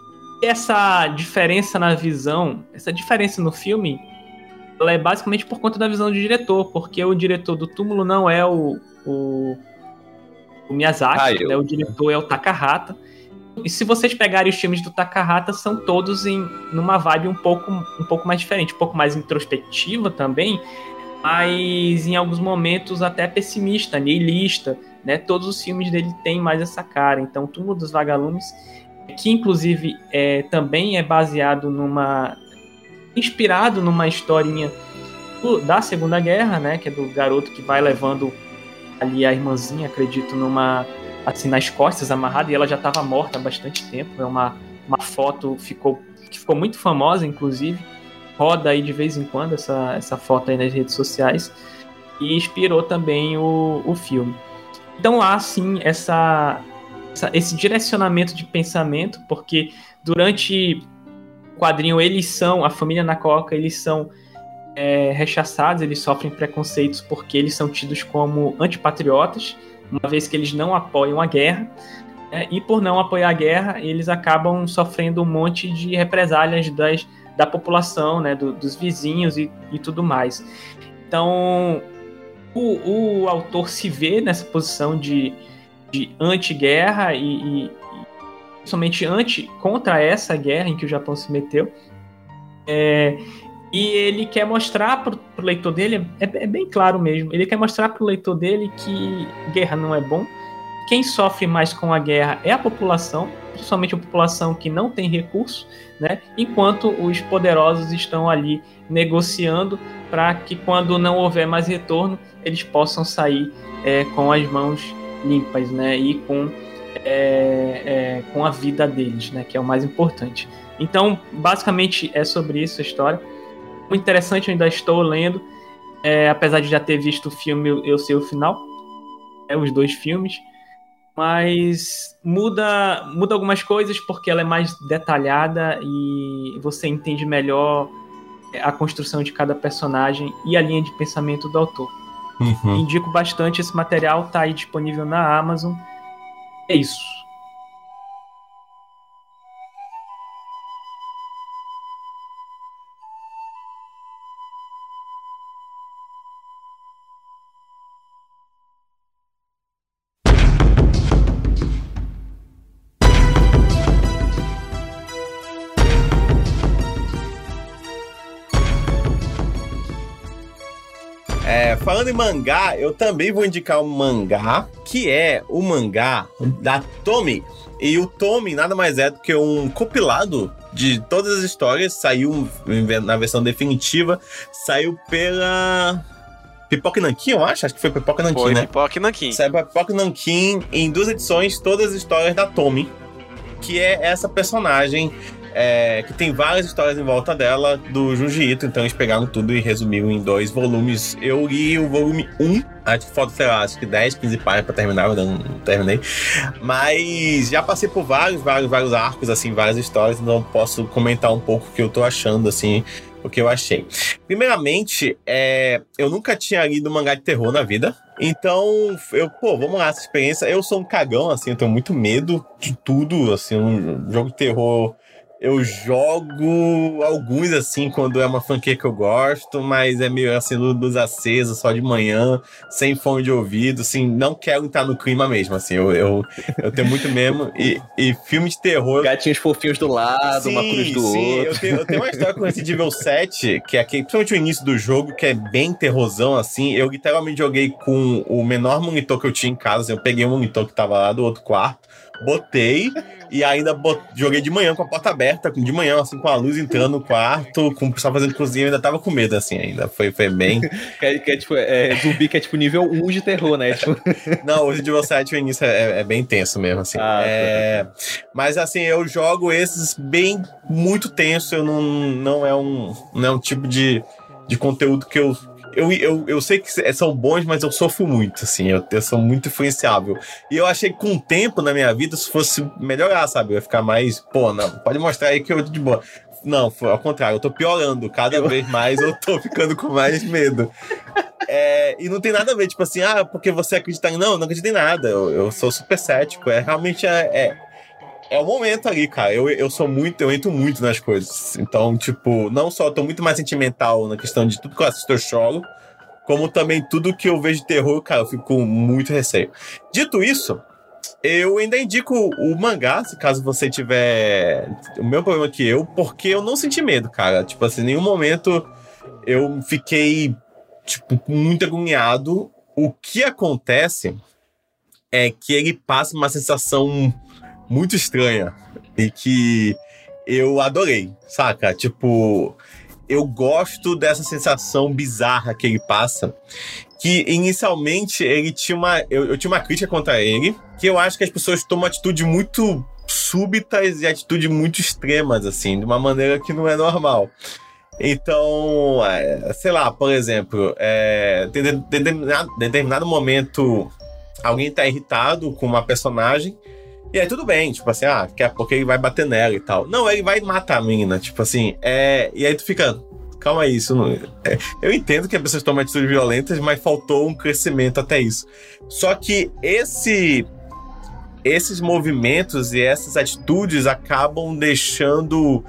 Essa diferença na visão, essa diferença no filme, ela é basicamente por conta da visão do diretor, porque o diretor do Túmulo não é o, o, o Miyazaki, Ah, né? O diretor é o Takahata. E se vocês pegarem os filmes do Takahata, são todos em numa vibe um pouco, um pouco mais diferente, um pouco mais introspectiva também, mas em alguns momentos até pessimista, nihilista, né? Todos os filmes dele têm mais essa cara. Então, o Túmulo dos Vagalumes, que inclusive é, também é baseado numa... inspirado numa historinha do, da Segunda Guerra, né? Que é do garoto que vai levando ali a irmãzinha, acredito, numa... assim, nas costas, amarrada, e ela já estava morta há bastante tempo. É uma, uma foto ficou, que ficou muito famosa, inclusive. Roda aí de vez em quando essa, essa foto aí nas redes sociais. E inspirou também o, o filme. Então há, sim, essa, essa, esse direcionamento de pensamento, porque durante o quadrinho eles são, a família Nakaoka, eles são é, rechaçados, eles sofrem preconceitos porque eles são tidos como antipatriotas, uma vez que eles não apoiam a guerra, né? E por não apoiar a guerra, eles acabam sofrendo um monte de represálias das, da população, né? Do, dos vizinhos e, e tudo mais. Então, o, o autor se vê nessa posição de, de anti-guerra e, e, e somente anti, contra essa guerra em que o Japão se meteu. É, e ele quer mostrar para o leitor dele, é, é bem claro mesmo, ele quer mostrar para o leitor dele que guerra não é bom. Quem sofre mais com a guerra é a população, principalmente a população que não tem recurso, né? Enquanto os poderosos estão ali negociando para que, quando não houver mais retorno, eles possam sair é, com as mãos limpas, né? E com, é, é, com a vida deles, né? Que é o mais importante. Então, basicamente, é sobre isso a história. Muito interessante, eu ainda estou lendo. É, apesar de já ter visto o filme, eu sei o final. É, os dois filmes. Mas muda, muda algumas coisas porque ela é mais detalhada e você entende melhor a construção de cada personagem e a linha de pensamento do autor. Uhum. Indico bastante esse material, tá aí disponível na Amazon. É isso. falando em mangá, eu também vou indicar um mangá, que é o mangá da Tomy. E o Tomy nada mais é do que um compilado de todas as histórias. Saiu na versão definitiva, saiu pela Pipoca Nanquim, eu acho. Acho que foi Pipoca Nanquim, Foi né? Pipoca Nanquim. Saiu pra Pipoca Nanquim em duas edições, todas as histórias da Tomy, que é essa personagem é, que tem várias histórias em volta dela, do Junji Ito. Então eles pegaram tudo e resumiram em dois volumes. Eu li o volume um, acho que falta, sei lá, acho que dez, quinze páginas pra terminar, eu não, não terminei. Mas já passei por vários, vários, vários arcos, assim, várias histórias, então posso comentar um pouco o que eu tô achando, assim, o que eu achei. Primeiramente, é, eu nunca tinha lido mangá de terror na vida. Então, eu, pô, vamos lá, essa experiência. Eu sou um cagão, assim, eu tenho muito medo de tudo, assim, um jogo de terror. Eu jogo alguns, assim, quando é uma franquia que eu gosto, mas é meio, assim, luz acesa, só de manhã, sem fone de ouvido, assim, não quero entrar no clima mesmo, assim, eu, eu, eu tenho muito mesmo. E, e filme de terror... Gatinhos fofinhos do lado, sim, uma cruz do sim, outro. Eu tenho, eu tenho uma história com Resident Evil sete, que é aquele, principalmente o início do jogo, que é bem terrorzão, assim. Eu literalmente joguei com o menor monitor que eu tinha em casa, assim, eu peguei um monitor que tava lá do outro quarto, botei e ainda bot... joguei de manhã com a porta aberta, de manhã, assim, com a luz entrando no quarto, com o pessoal fazendo cozinha, eu ainda tava com medo, assim, ainda. Foi, foi bem... que, é, que é tipo, é, zumbi que é tipo nível um de terror, né? Tipo... Não, o Resident Evil sete, o início é, é bem tenso mesmo, assim. Ah, é... Mas, assim, eu jogo esses bem, muito tenso, eu não, não é um, não é um tipo de, de conteúdo que eu... Eu, eu, eu sei que são bons, mas eu sofro muito, assim, eu, eu sou muito influenciável. E eu achei que com o tempo na minha vida, se fosse melhorar, sabe? Eu ia ficar mais, pô, não, pode mostrar aí que eu de boa. Não, foi ao contrário, eu tô piorando. Cada eu... vez mais eu tô ficando com mais medo. É, e não tem nada a ver, tipo assim, ah, porque você acredita em... Não, eu não acredito em nada, eu, eu sou super cético. É realmente... É, é, é o momento ali, cara. Eu, eu sou muito... Eu entro muito nas coisas. Então, tipo, não só eu tô muito mais sentimental na questão de tudo que eu assisto eu choro, como também tudo que eu vejo de terror, cara, eu fico com muito receio. Dito isso, eu ainda indico o mangá, se caso você tiver o mesmo problema que eu, porque eu não senti medo, cara. Tipo assim, em nenhum momento eu fiquei, tipo, muito agoniado. O que acontece é que ele passa uma sensação muito estranha e que eu adorei, saca? Tipo, eu gosto dessa sensação bizarra que ele passa, que inicialmente ele tinha uma... Eu, eu tinha uma crítica contra ele, que eu acho que as pessoas tomam atitudes muito súbitas e atitudes muito extremas, assim, de uma maneira que não é normal. Então, é, sei lá, por exemplo, é, tem de, de, determinado, determinado momento alguém tá irritado com uma personagem, e aí tudo bem, tipo assim, ah, quer porque ele vai bater nela e tal. Não, ele vai matar a menina, tipo assim, é... E aí tu fica, calma aí, isso não... É, eu entendo que as pessoas tomam atitudes violentas, mas faltou um crescimento até isso. Só que esse... Esses movimentos e essas atitudes acabam deixando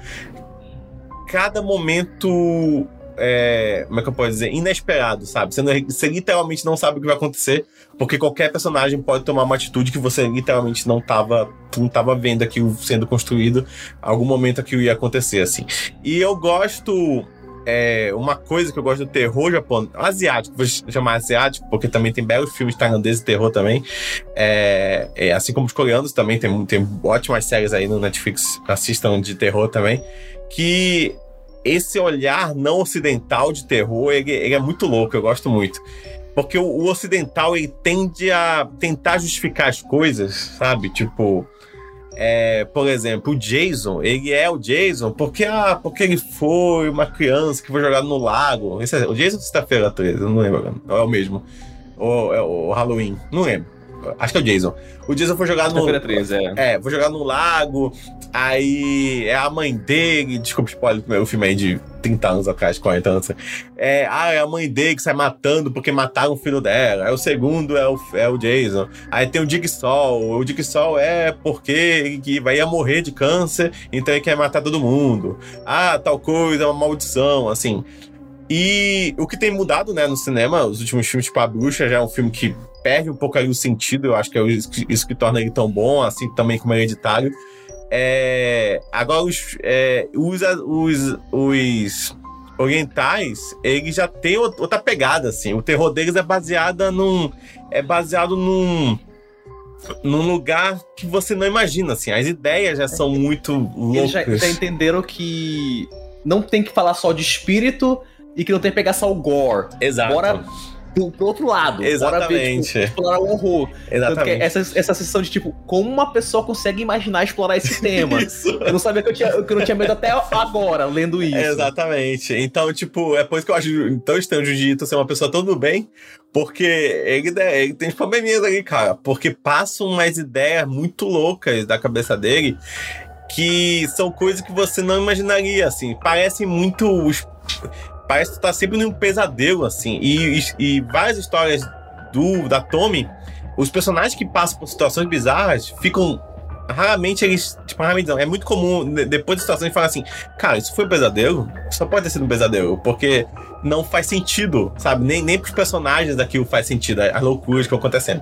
cada momento... É, como é que eu posso dizer? Inesperado, sabe? Você, não, você literalmente não sabe o que vai acontecer, porque qualquer personagem pode tomar uma atitude que você literalmente não estava não tava vendo aquilo sendo construído, algum momento aquilo ia acontecer, assim. E eu gosto... É, uma coisa que eu gosto do terror japonês, asiático, vou chamar asiático, porque também tem belos filmes tailandeses de terror também, é, é, assim como os coreanos também, tem, tem ótimas séries aí no Netflix, assistam de terror também, que esse olhar não ocidental de terror, ele, ele é muito louco, eu gosto muito. Porque o, o ocidental, ele tende a tentar justificar as coisas, sabe? Tipo, é, por exemplo, o Jason, ele é o Jason porque, ah, porque ele foi uma criança que foi jogada no lago. Esse é, o Jason sexta-feira treze, eu não lembro, não é o mesmo. Ou é o Halloween, não lembro. Acho que é o Jason. O Jason foi jogado no... treze, é. É, foi jogado no lago, aí é a mãe dele... Desculpa, spoiler, o filme aí de trinta anos atrás, quarenta anos. É, ah, é a mãe dele que sai matando porque mataram o filho dela. Aí o segundo é o, é o Jason. Aí tem o Jigsaw. O Jigsaw é porque ele vai ia morrer de câncer, então ele quer matar todo mundo. Ah, tal coisa, é uma maldição, assim... E o que tem mudado, né, no cinema, os últimos filmes, tipo A Bruxa, já é um filme que perde um pouco aí o sentido, eu acho que é isso que, isso que torna ele tão bom, assim também como Hereditário. É, agora, os, é, os, os, os, orientais, eles já têm outra pegada, assim. O terror deles é baseado num... É baseado num... num lugar que você não imagina, assim. As ideias já são muito loucas. Eles já, já entenderam que não tem que falar só de espírito e que não tem que pegar só o gore. Exato. Bora pro, pro outro lado. Exatamente. Bora ver, tipo, explorar o horror. Exatamente. Essa, essa sensação de, tipo, como uma pessoa consegue imaginar explorar esse tema. Isso. Eu não sabia que eu, tinha, que eu não tinha medo até agora, lendo isso. Exatamente. Então, tipo, é por isso que eu acho tão estranho o Jiu-Jitsu ser uma pessoa tão do bem, porque ele, ele tem probleminhas ali, cara. Porque passam umas ideias muito loucas da cabeça dele, que são coisas que você não imaginaria, assim. Parecem muito... Parece que tu tá sempre num pesadelo, assim. E, e, e várias histórias do, da Tommy, os personagens que passam por situações bizarras ficam... Raramente eles... Tipo, raramente não. É muito comum, depois da situação, eles falam assim, cara, isso foi um pesadelo? Só pode ter sido um pesadelo, porque não faz sentido, sabe? Nem, nem pros personagens daquilo faz sentido, as loucuras que estão acontecendo.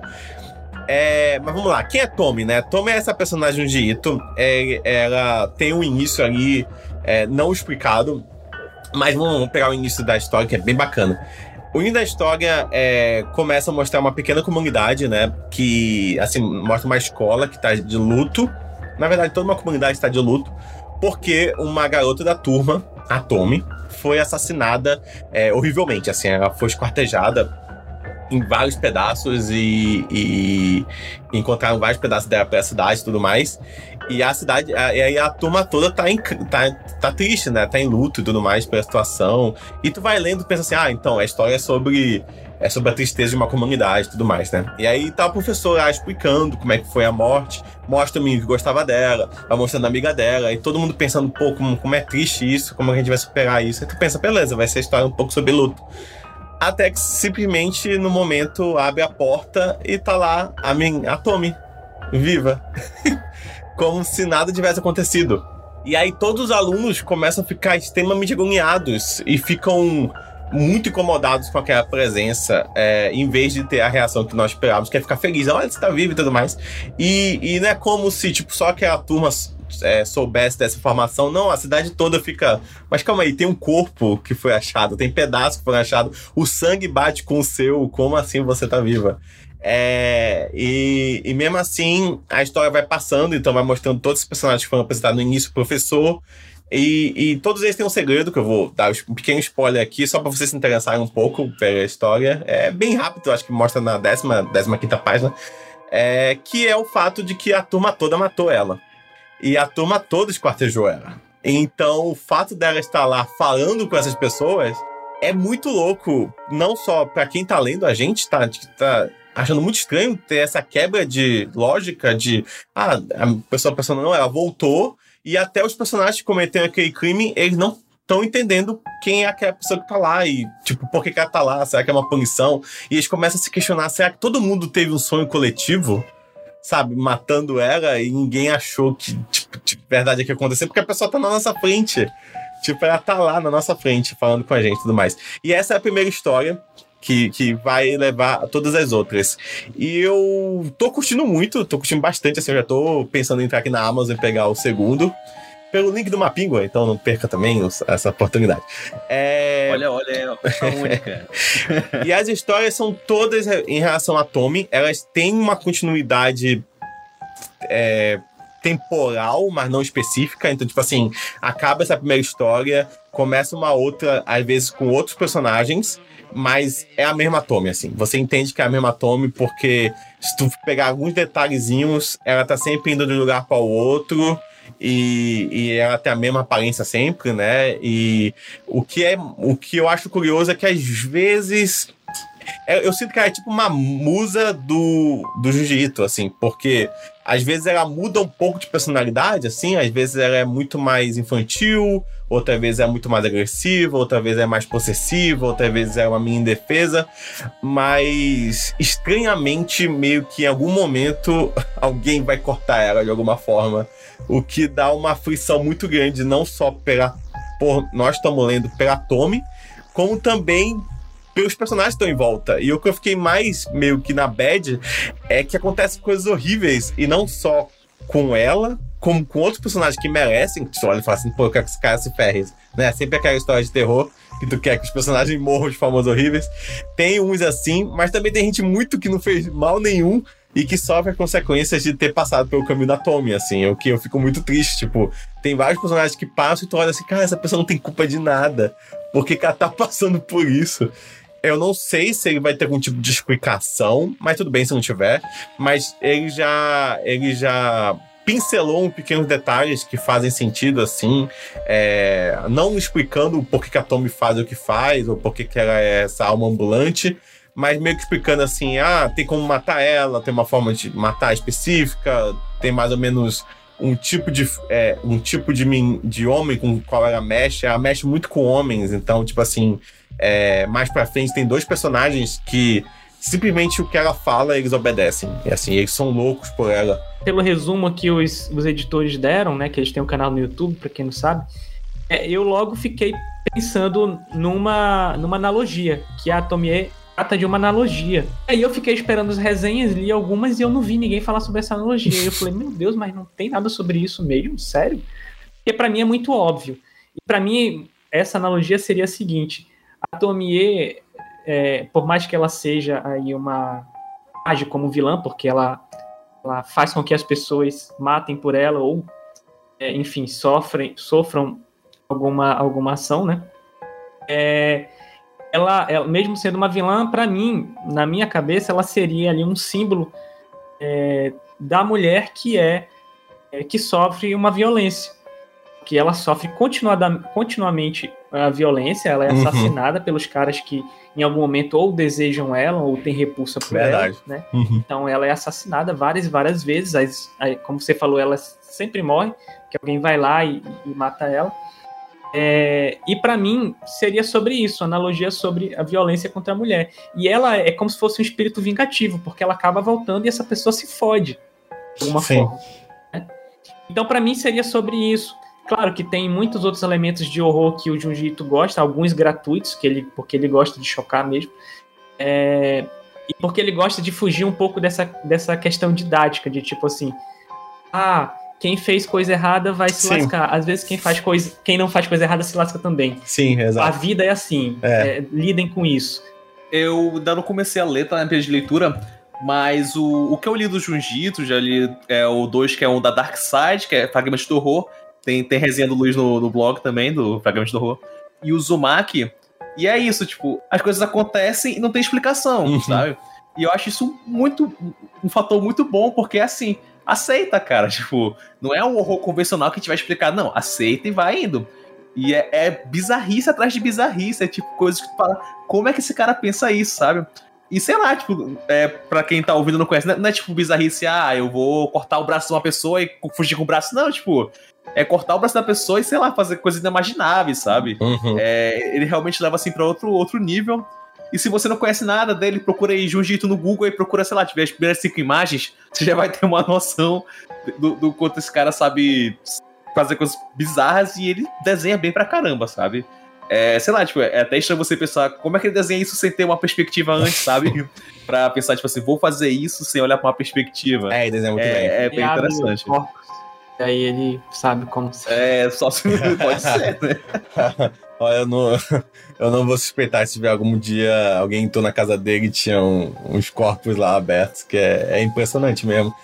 É, mas vamos lá, quem é Tommy, né? Tommy é essa personagem de Ito. É, ela tem um início ali é, não explicado, mas vamos pegar o início da história, que é bem bacana. O início da história é, começa a mostrar uma pequena comunidade, né? Que, assim, mostra uma escola que tá de luto. Na verdade, toda uma comunidade está de luto, porque uma garota da turma, a Tommy, foi assassinada é, horrivelmente. Assim, ela foi esquartejada em vários pedaços e, e encontraram vários pedaços dela pela cidade e tudo mais. E a cidade, a, e aí a turma toda tá, em, tá, tá triste, né? Tá em luto e tudo mais pela situação. E tu vai lendo e pensa assim, ah, então, a história é sobre, é sobre a tristeza de uma comunidade e tudo mais, né? E aí tá o professor lá explicando como é que foi a morte, mostra o menino que gostava dela, vai mostrando a amiga dela, e todo mundo pensando, pô, como, como é triste isso, como a gente vai superar isso. Aí tu pensa, beleza, vai ser a história um pouco sobre luto. Até que simplesmente, no momento, abre a porta e tá lá a, minha, a Tommy, viva. Como se nada tivesse acontecido. E aí todos os alunos começam a ficar extremamente agoniados e ficam muito incomodados com aquela presença, é, em vez de ter a reação que nós esperávamos, que é ficar feliz. Olha, você tá vivo e tudo mais. E, e não é como se tipo, só aquela turma é, soubesse dessa informação. Não, a cidade toda fica... Mas calma aí, tem um corpo que foi achado, tem pedaços que foram achados, o sangue bate com o seu, como assim você tá viva? É, e, e mesmo assim, a história vai passando, então vai mostrando todos os personagens que foram apresentados no início, o professor, e, e todos eles têm um segredo, que eu vou dar um pequeno spoiler aqui, só pra vocês se interessarem um pouco pela história. É bem rápido, acho que mostra na décima, décima quinta página, é, que é o fato de que a turma toda matou ela. E a turma toda esquartejou ela. Então, o fato dela estar lá falando com essas pessoas é muito louco, não só pra quem tá lendo, a gente tá... tá achando muito estranho ter essa quebra de lógica de... Ah, a pessoa pensando, não, ela voltou e até os personagens que cometeram aquele crime, eles não estão entendendo quem é aquela pessoa que tá lá e, tipo, por que que ela tá lá? Será que é uma punição? E eles começam a se questionar, será que todo mundo teve um sonho coletivo? Sabe? Matando ela e ninguém achou que, tipo, de verdade é que aconteceu, porque a pessoa tá na nossa frente. Tipo, ela tá lá na nossa frente, falando com a gente e tudo mais. E essa é a primeira história Que, que vai levar a todas as outras. E eu tô curtindo muito, tô curtindo bastante, assim, eu já tô pensando em entrar aqui na Amazon e pegar o segundo, pelo link do Mapingua, então não perca também essa oportunidade. É... Olha, olha, é única. E as histórias são todas em relação a Tommy, elas têm uma continuidade é, temporal, mas não específica, então, tipo assim, acaba essa primeira história, começa uma outra, às vezes com outros personagens, mas é a mesma Tommy, assim. Você entende que é a mesma Tommy porque se tu pegar alguns detalhezinhos, ela tá sempre indo de um lugar para o outro e, e ela tem a mesma aparência sempre, né? E o que, é, o que eu acho curioso é que às vezes... Eu sinto que ela é tipo uma musa do, do jiu-jitsu, assim, porque às vezes ela muda um pouco de personalidade, assim, às vezes ela é muito mais infantil, outra vez é muito mais agressiva, outra vez é mais possessiva, outra vez é uma menina indefesa, mas estranhamente, meio que em algum momento, alguém vai cortar ela de alguma forma, o que dá uma aflição muito grande, não só pela, por nós estamos lendo pela Tommy, como também pelos personagens que estão em volta. E o que eu fiquei mais meio que na bad é que acontecem coisas horríveis, e não só com ela, como com outros personagens que merecem, que você olha e fala assim, pô, eu quero que esse cara se ferre, né? Sempre aquela história de terror, que tu quer que os personagens morram de formas horríveis. Tem uns assim, mas também tem gente muito que não fez mal nenhum e que sofre as consequências de ter passado pelo caminho da Tommy, assim, o que eu fico muito triste, tipo, tem vários personagens que passam e tu olha assim, cara, essa pessoa não tem culpa de nada, por que que ela tá passando por isso? Eu não sei se ele vai ter algum tipo de explicação, mas tudo bem se não tiver, mas ele já, ele já pincelou uns pequenos detalhes que fazem sentido, assim, é, não explicando o porquê que a Tommy faz o que faz, ou porquê que ela é essa alma ambulante, mas meio que explicando assim, ah, tem como matar ela, tem uma forma de matar específica, tem mais ou menos um tipo de, é, um tipo de, de homem com o qual ela mexe, ela mexe muito com homens, então, tipo assim, é, mais pra frente tem dois personagens que simplesmente o que ela fala, eles obedecem, e assim, eles são loucos por ela. Pelo resumo que os, os editores deram, né, que eles têm um canal no YouTube, pra quem não sabe, é, eu logo fiquei pensando numa, numa analogia, que a Tomie trata de uma analogia. Aí eu fiquei esperando as resenhas, li algumas e eu não vi ninguém falar sobre essa analogia. E eu falei, meu Deus, mas não tem nada sobre isso mesmo? Sério? Porque pra mim é muito óbvio. E pra mim, essa analogia seria a seguinte, a Tomie, é, por mais que ela seja aí uma... age como vilã, porque ela, ela faz com que as pessoas matem por ela ou, é, enfim, sofrem, sofram alguma, alguma ação, né? É... Ela, ela, mesmo sendo uma vilã, pra mim, na minha cabeça, ela seria ali um símbolo é, da mulher que é, é que sofre uma violência, que ela sofre continuada, continuamente a violência, ela é Uhum. assassinada pelos caras que em algum momento ou desejam ela ou têm repulsa por Verdade. ela, né? Uhum. Então ela é assassinada várias várias vezes, aí, aí, como você falou, ela sempre morre, que alguém vai lá e, e mata ela. É, e pra mim seria sobre isso, analogia sobre a violência contra a mulher. E ela é como se fosse um espírito vingativo, porque ela acaba voltando e essa pessoa se fode de alguma Sim. forma, né? Então pra mim seria sobre isso. Claro que tem muitos outros elementos de horror que o Junji Ito gosta, alguns gratuitos, que ele, porque ele gosta de chocar mesmo, é, e porque ele gosta de fugir um pouco dessa, dessa questão didática, de tipo assim, ah, quem fez coisa errada vai se Sim. lascar. Às vezes quem, faz coisa, quem não faz coisa errada se lasca também. Sim, A exato. vida é assim, É. é, lidem com isso. Eu ainda não comecei a ler, tá na minha de leitura, mas o, o que eu li do Junji Ito, já li é o dois, que é um da Dark Side, que é Fragmentos do Horror. Tem, tem resenha do Luiz no, no blog também, do Fragmentos do Horror. E o Uzumaki. E é isso, tipo, as coisas acontecem e não tem explicação, Uhum. sabe? E eu acho isso muito, um fator muito bom, porque é assim, aceita, cara. Tipo, não é um horror convencional que a gente vai explicar, não, aceita e vai indo. E é, é bizarrice atrás de bizarrice, é tipo coisas que tu fala, como é que esse cara pensa isso, sabe? E sei lá, tipo, é, pra quem tá ouvindo e não conhece, não é, não é tipo bizarrice, ah, eu vou cortar o braço de uma pessoa e fugir com o braço, não, tipo, é cortar o braço da pessoa e, sei lá, fazer coisas inimagináveis, sabe? Uhum. É, ele realmente leva assim pra outro, outro nível. E se você não conhece nada dele, procura aí Junji Ito no Google e procura, sei lá, tiver as primeiras cinco imagens, você já vai ter uma noção do, do quanto esse cara sabe fazer coisas bizarras e ele desenha bem pra caramba, sabe? É, sei lá, tipo, é até estranho você pensar como é que ele desenha isso sem ter uma perspectiva antes, sabe? Pra pensar, tipo assim, vou fazer isso sem olhar pra uma perspectiva. É, ele desenha muito bem. É, é Ele bem abre interessante. os corpos, e aí ele sabe como se... É, só se pode ser, né? Olha, eu não, eu não vou suspeitar se tiver algum dia alguém entrou na casa dele e tinha um- uns corpos lá abertos, que é, é impressionante mesmo.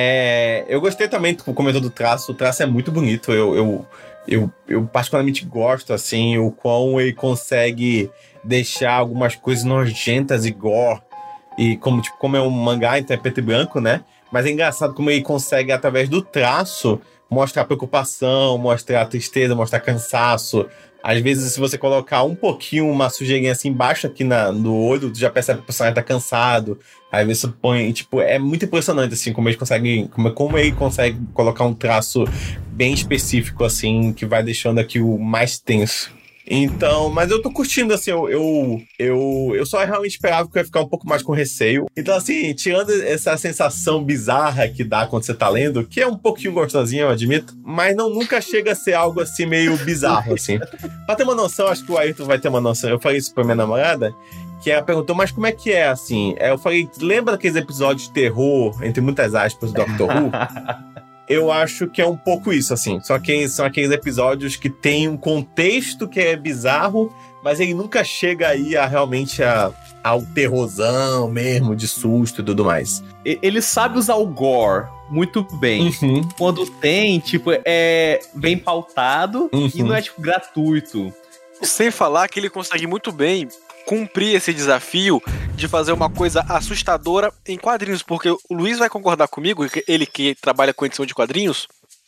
É, eu gostei também, tu comentou do traço, o traço é muito bonito, eu, eu, eu, eu particularmente gosto, assim, o quão ele consegue deixar algumas coisas nojentas e gore, e como, tipo, como é um mangá, então é preto e branco, né? Mas é engraçado como ele consegue, através do traço, mostrar preocupação, mostrar tristeza, mostrar cansaço. Às vezes, se você colocar um pouquinho, uma sujeirinha assim embaixo aqui na, no olho, tu já percebe que o personagem tá cansado. Aí você põe, tipo, é muito impressionante, assim, como ele consegue, como, como ele consegue colocar um traço bem específico, assim, que vai deixando aqui o mais tenso. Então, mas eu tô curtindo, assim, eu, eu, eu, eu só realmente esperava que eu ia ficar um pouco mais com receio. Então, assim, tirando essa sensação bizarra que dá quando você tá lendo, que é um pouquinho gostosinha, eu admito, mas não nunca chega a ser algo, assim, meio bizarro, assim. Pra ter uma noção, acho que o Ayrton vai ter uma noção, eu falei isso pra minha namorada, que ela perguntou, mas como é que é, assim? Eu falei, lembra daqueles episódios de terror, entre muitas aspas, do Doctor Who? eu acho que é um pouco isso, assim. Só que são aqueles episódios que tem um contexto que é bizarro, mas ele nunca chega aí a realmente a, ao terrorzão mesmo, de susto e tudo mais. Ele sabe usar o gore muito bem. Uhum. Quando tem, tipo, é bem pautado Uhum. e não é, tipo, gratuito. Sem falar que ele consegue muito bem cumprir esse desafio de fazer uma coisa assustadora em quadrinhos, porque o Luiz vai concordar comigo, ele que trabalha com edição de quadrinhos,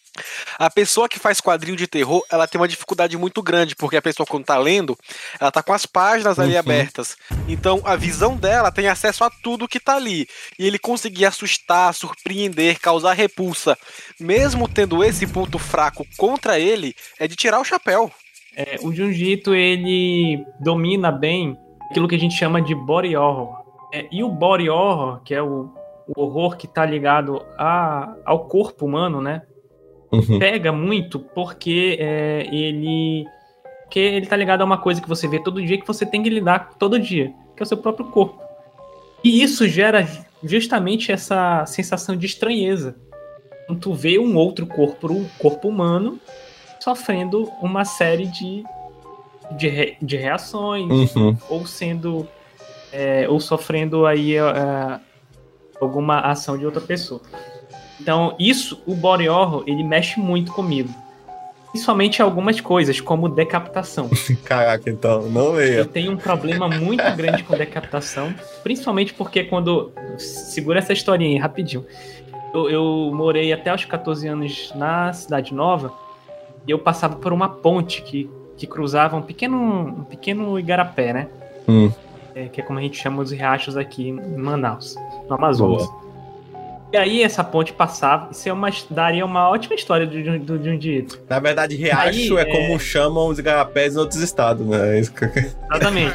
a pessoa que faz quadrinho de terror, ela tem uma dificuldade muito grande, porque a pessoa quando tá lendo, ela tá com as páginas ali Uhum. abertas, então a visão dela tem acesso a tudo que tá ali, e ele conseguir assustar, surpreender, causar repulsa, mesmo tendo esse ponto fraco contra ele, é de tirar o chapéu. É, o Junji Ito, ele domina bem aquilo que a gente chama de body horror. É, e o body horror, que é o, o horror que tá ligado a, ao corpo humano, né? Uhum. Pega muito porque é, ele que ele tá ligado a uma coisa que você vê todo dia, que você tem que lidar todo dia, que é o seu próprio corpo. E isso gera justamente essa sensação de estranheza. Quando tu vê um outro corpo, um corpo humano, sofrendo uma série de, de, re, de reações, Uhum. ou sendo é, ou sofrendo aí é, alguma ação de outra pessoa. Então, isso, o body horror, ele mexe muito comigo. Principalmente algumas coisas, como decapitação. Caraca, então, não leia. Eu tenho um problema muito grande com decapitação, principalmente porque quando... Segura essa historinha aí, rapidinho. Eu, eu morei até os catorze anos na Cidade Nova, e eu passava por uma ponte que, que cruzava um pequeno, um pequeno igarapé, né? Hum. É, que é como a gente chama os riachos aqui em Manaus, no Amazonas. Boa. E aí essa ponte passava, isso é uma, daria uma ótima história do, do, do Junji Ito. Na verdade, riacho aí, é, é como chamam os igarapés em outros estados, né? Exatamente.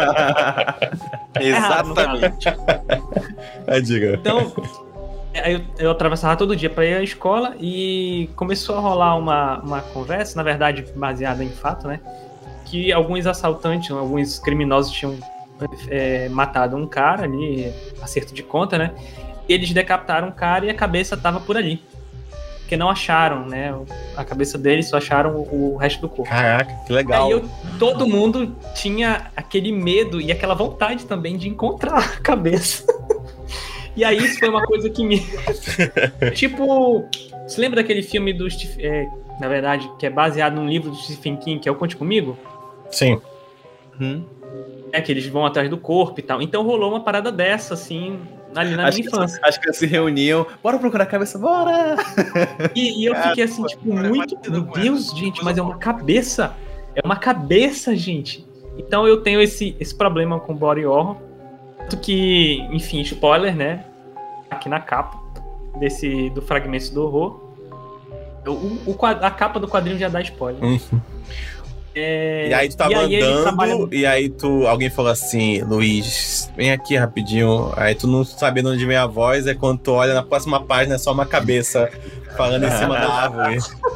Exatamente. É, diga. Então, eu, eu atravessava todo dia para ir à escola e começou a rolar uma, uma conversa, na verdade baseada em fato, né? Que alguns assaltantes, alguns criminosos tinham é, matado um cara ali, acerto de conta, né? Eles decapitaram o cara e a cabeça tava por ali. Porque não acharam, né? A cabeça deles, só acharam o, o resto do corpo. Caraca, que legal. Aí eu, todo mundo tinha aquele medo e aquela vontade também de encontrar a cabeça. E aí isso foi uma coisa que me... tipo, você lembra daquele filme do... É, na verdade, que é baseado num livro do Stephen King, que é o Conte Comigo? Sim. Uhum. É que eles vão atrás do corpo e tal. Então rolou uma parada dessa, assim... ali na acho minha infância. Que, acho que eles se reuniam, bora procurar a cabeça, bora! E, e eu fiquei assim, tipo, muito... Meu Deus, gente, mas é uma cabeça! É uma cabeça, gente! Então eu tenho esse, esse problema com body horror. Tanto que, enfim, spoiler, né? Aqui na capa desse, do Fragmentos do Horror. O, o, a capa do quadrinho já dá spoiler. Uhum. É, e aí tu tava aí andando, trabalha... e aí tu, alguém falou assim, Luiz, vem aqui rapidinho. Aí tu não sabendo onde vem a voz, é quando tu olha na próxima página, é só uma cabeça falando em cima da árvore.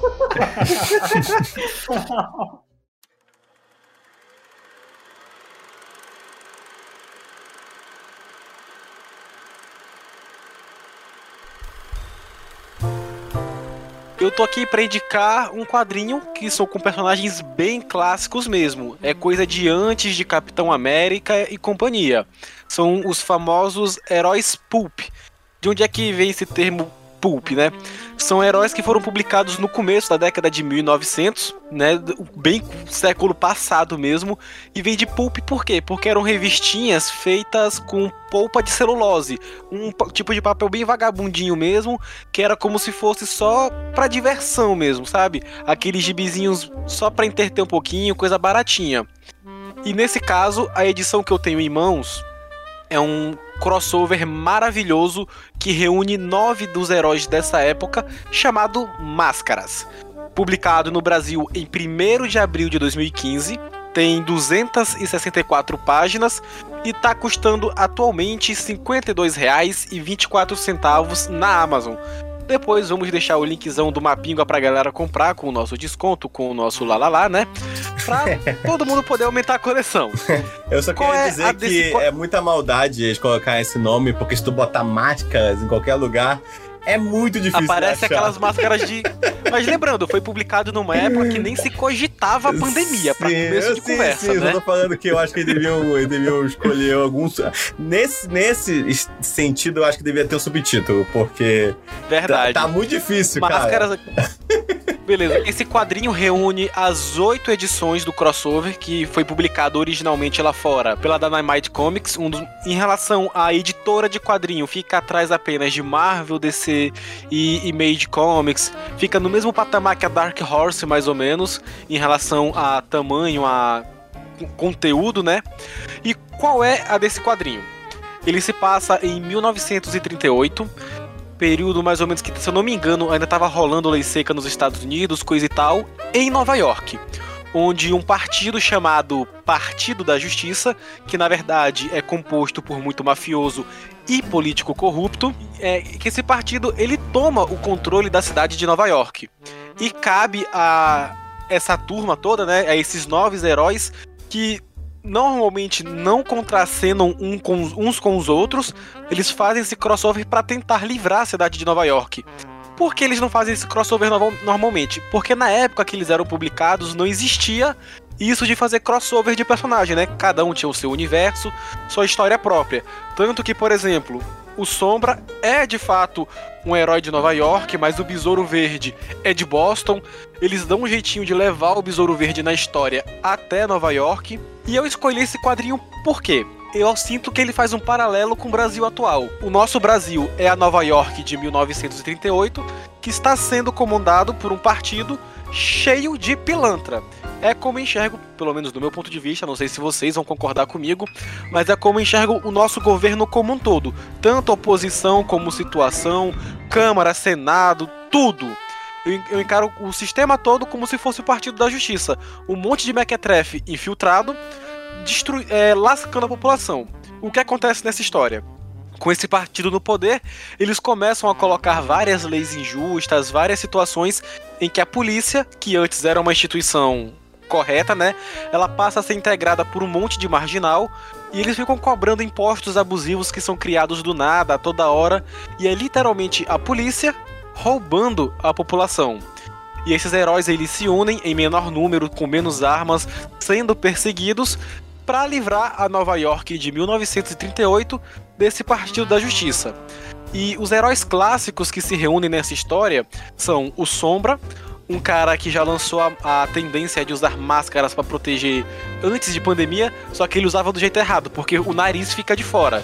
Eu tô aqui pra indicar um quadrinho que são com personagens bem clássicos mesmo. É coisa de antes de Capitão América e companhia. São os famosos heróis pulp. De onde é que vem esse termo pulp, né? São heróis que foram publicados no começo da década de mil e novecentos, né? Bem século passado mesmo. E vem de pulp por quê? Porque eram revistinhas feitas com polpa de celulose. Um tipo de papel bem vagabundinho mesmo, que era como se fosse só pra diversão mesmo, sabe? Aqueles gibizinhos só pra entreter um pouquinho, coisa baratinha. E nesse caso, a edição que eu tenho em mãos é um crossover maravilhoso que reúne nove dos heróis dessa época, chamado Máscaras. Publicado no Brasil em primeiro de abril de dois mil e quinze, tem duzentas e sessenta e quatro páginas e está custando atualmente cinquenta e dois reais e vinte e quatro centavos na Amazon. Depois vamos deixar o linkzão do Mapingua pra galera comprar com o nosso desconto, com o nosso lalala, né? Pra todo mundo poder aumentar a coleção. Eu só Qual queria é dizer que desse... é muita maldade eles colocar esse nome, porque se tu botar máscaras em qualquer lugar, É muito difícil Aparece de achar. aquelas máscaras de... Mas lembrando, foi publicado numa época que nem se cogitava a pandemia, pra Sim, começo de sim, conversa, sim, né? eu tô falando que eu acho que eles deviam, eles deviam escolher alguns... Nesse, nesse sentido, eu acho que devia ter um subtítulo, porque Verdade. tá, tá muito difícil, Máscaras... cara. Beleza, esse quadrinho reúne as oito edições do crossover que foi publicado originalmente lá fora pela Dynamite Comics. Um dos... Em relação à editora de quadrinho, fica atrás apenas de Marvel, D C e Image Comics. Fica no mesmo patamar que a Dark Horse, mais ou menos, em relação a tamanho, a conteúdo, né? E qual é a desse quadrinho? Ele se passa em mil novecentos e trinta e oito... período mais ou menos que, se eu não me engano, ainda estava rolando lei seca nos Estados Unidos, coisa e tal, em Nova York, onde um partido chamado Partido da Justiça, que na verdade é composto por muito mafioso e político corrupto, é que esse partido ele toma o controle da cidade de Nova York. E cabe a essa turma toda, né, a esses novos heróis que normalmente não contracenam um com, uns com os outros, eles fazem esse crossover para tentar livrar a cidade de Nova York. Por que eles não fazem esse crossover no, normalmente? Porque na época que eles eram publicados não existia isso de fazer crossover de personagem, né? Cada um tinha o seu universo, sua história própria. Tanto que, por exemplo, o Sombra é de fato um herói de Nova York, mas o Besouro Verde é de Boston. Eles dão um jeitinho de levar o Besouro Verde na história até Nova York. E eu escolhi esse quadrinho por quê? Eu sinto que ele faz um paralelo com o Brasil atual. O nosso Brasil é a Nova York de mil novecentos e trinta e oito, que está sendo comandado por um partido cheio de pilantra. É como eu enxergo, pelo menos do meu ponto de vista, não sei se vocês vão concordar comigo, mas é como eu enxergo o nosso governo como um todo. Tanto oposição como situação, Câmara, Senado, tudo. Eu, eu encaro o sistema todo como se fosse o Partido da Justiça. Um monte de mequetrefe infiltrado, destru- é, lascando a população. O que acontece nessa história? Com esse partido no poder, eles começam a colocar várias leis injustas, várias situações em que a polícia, que antes era uma instituição correta, né, ela passa a ser integrada por um monte de marginal, e eles ficam cobrando impostos abusivos que são criados do nada, a toda hora, e é literalmente a polícia roubando a população. E esses heróis eles se unem em menor número, com menos armas, sendo perseguidos, para livrar a Nova York de mil novecentos e trinta e oito desse Partido da Justiça. E os heróis clássicos que se reúnem nessa história são o Sombra, um cara que já lançou a, a tendência de usar máscaras para proteger antes de pandemia, só que ele usava do jeito errado, porque o nariz fica de fora.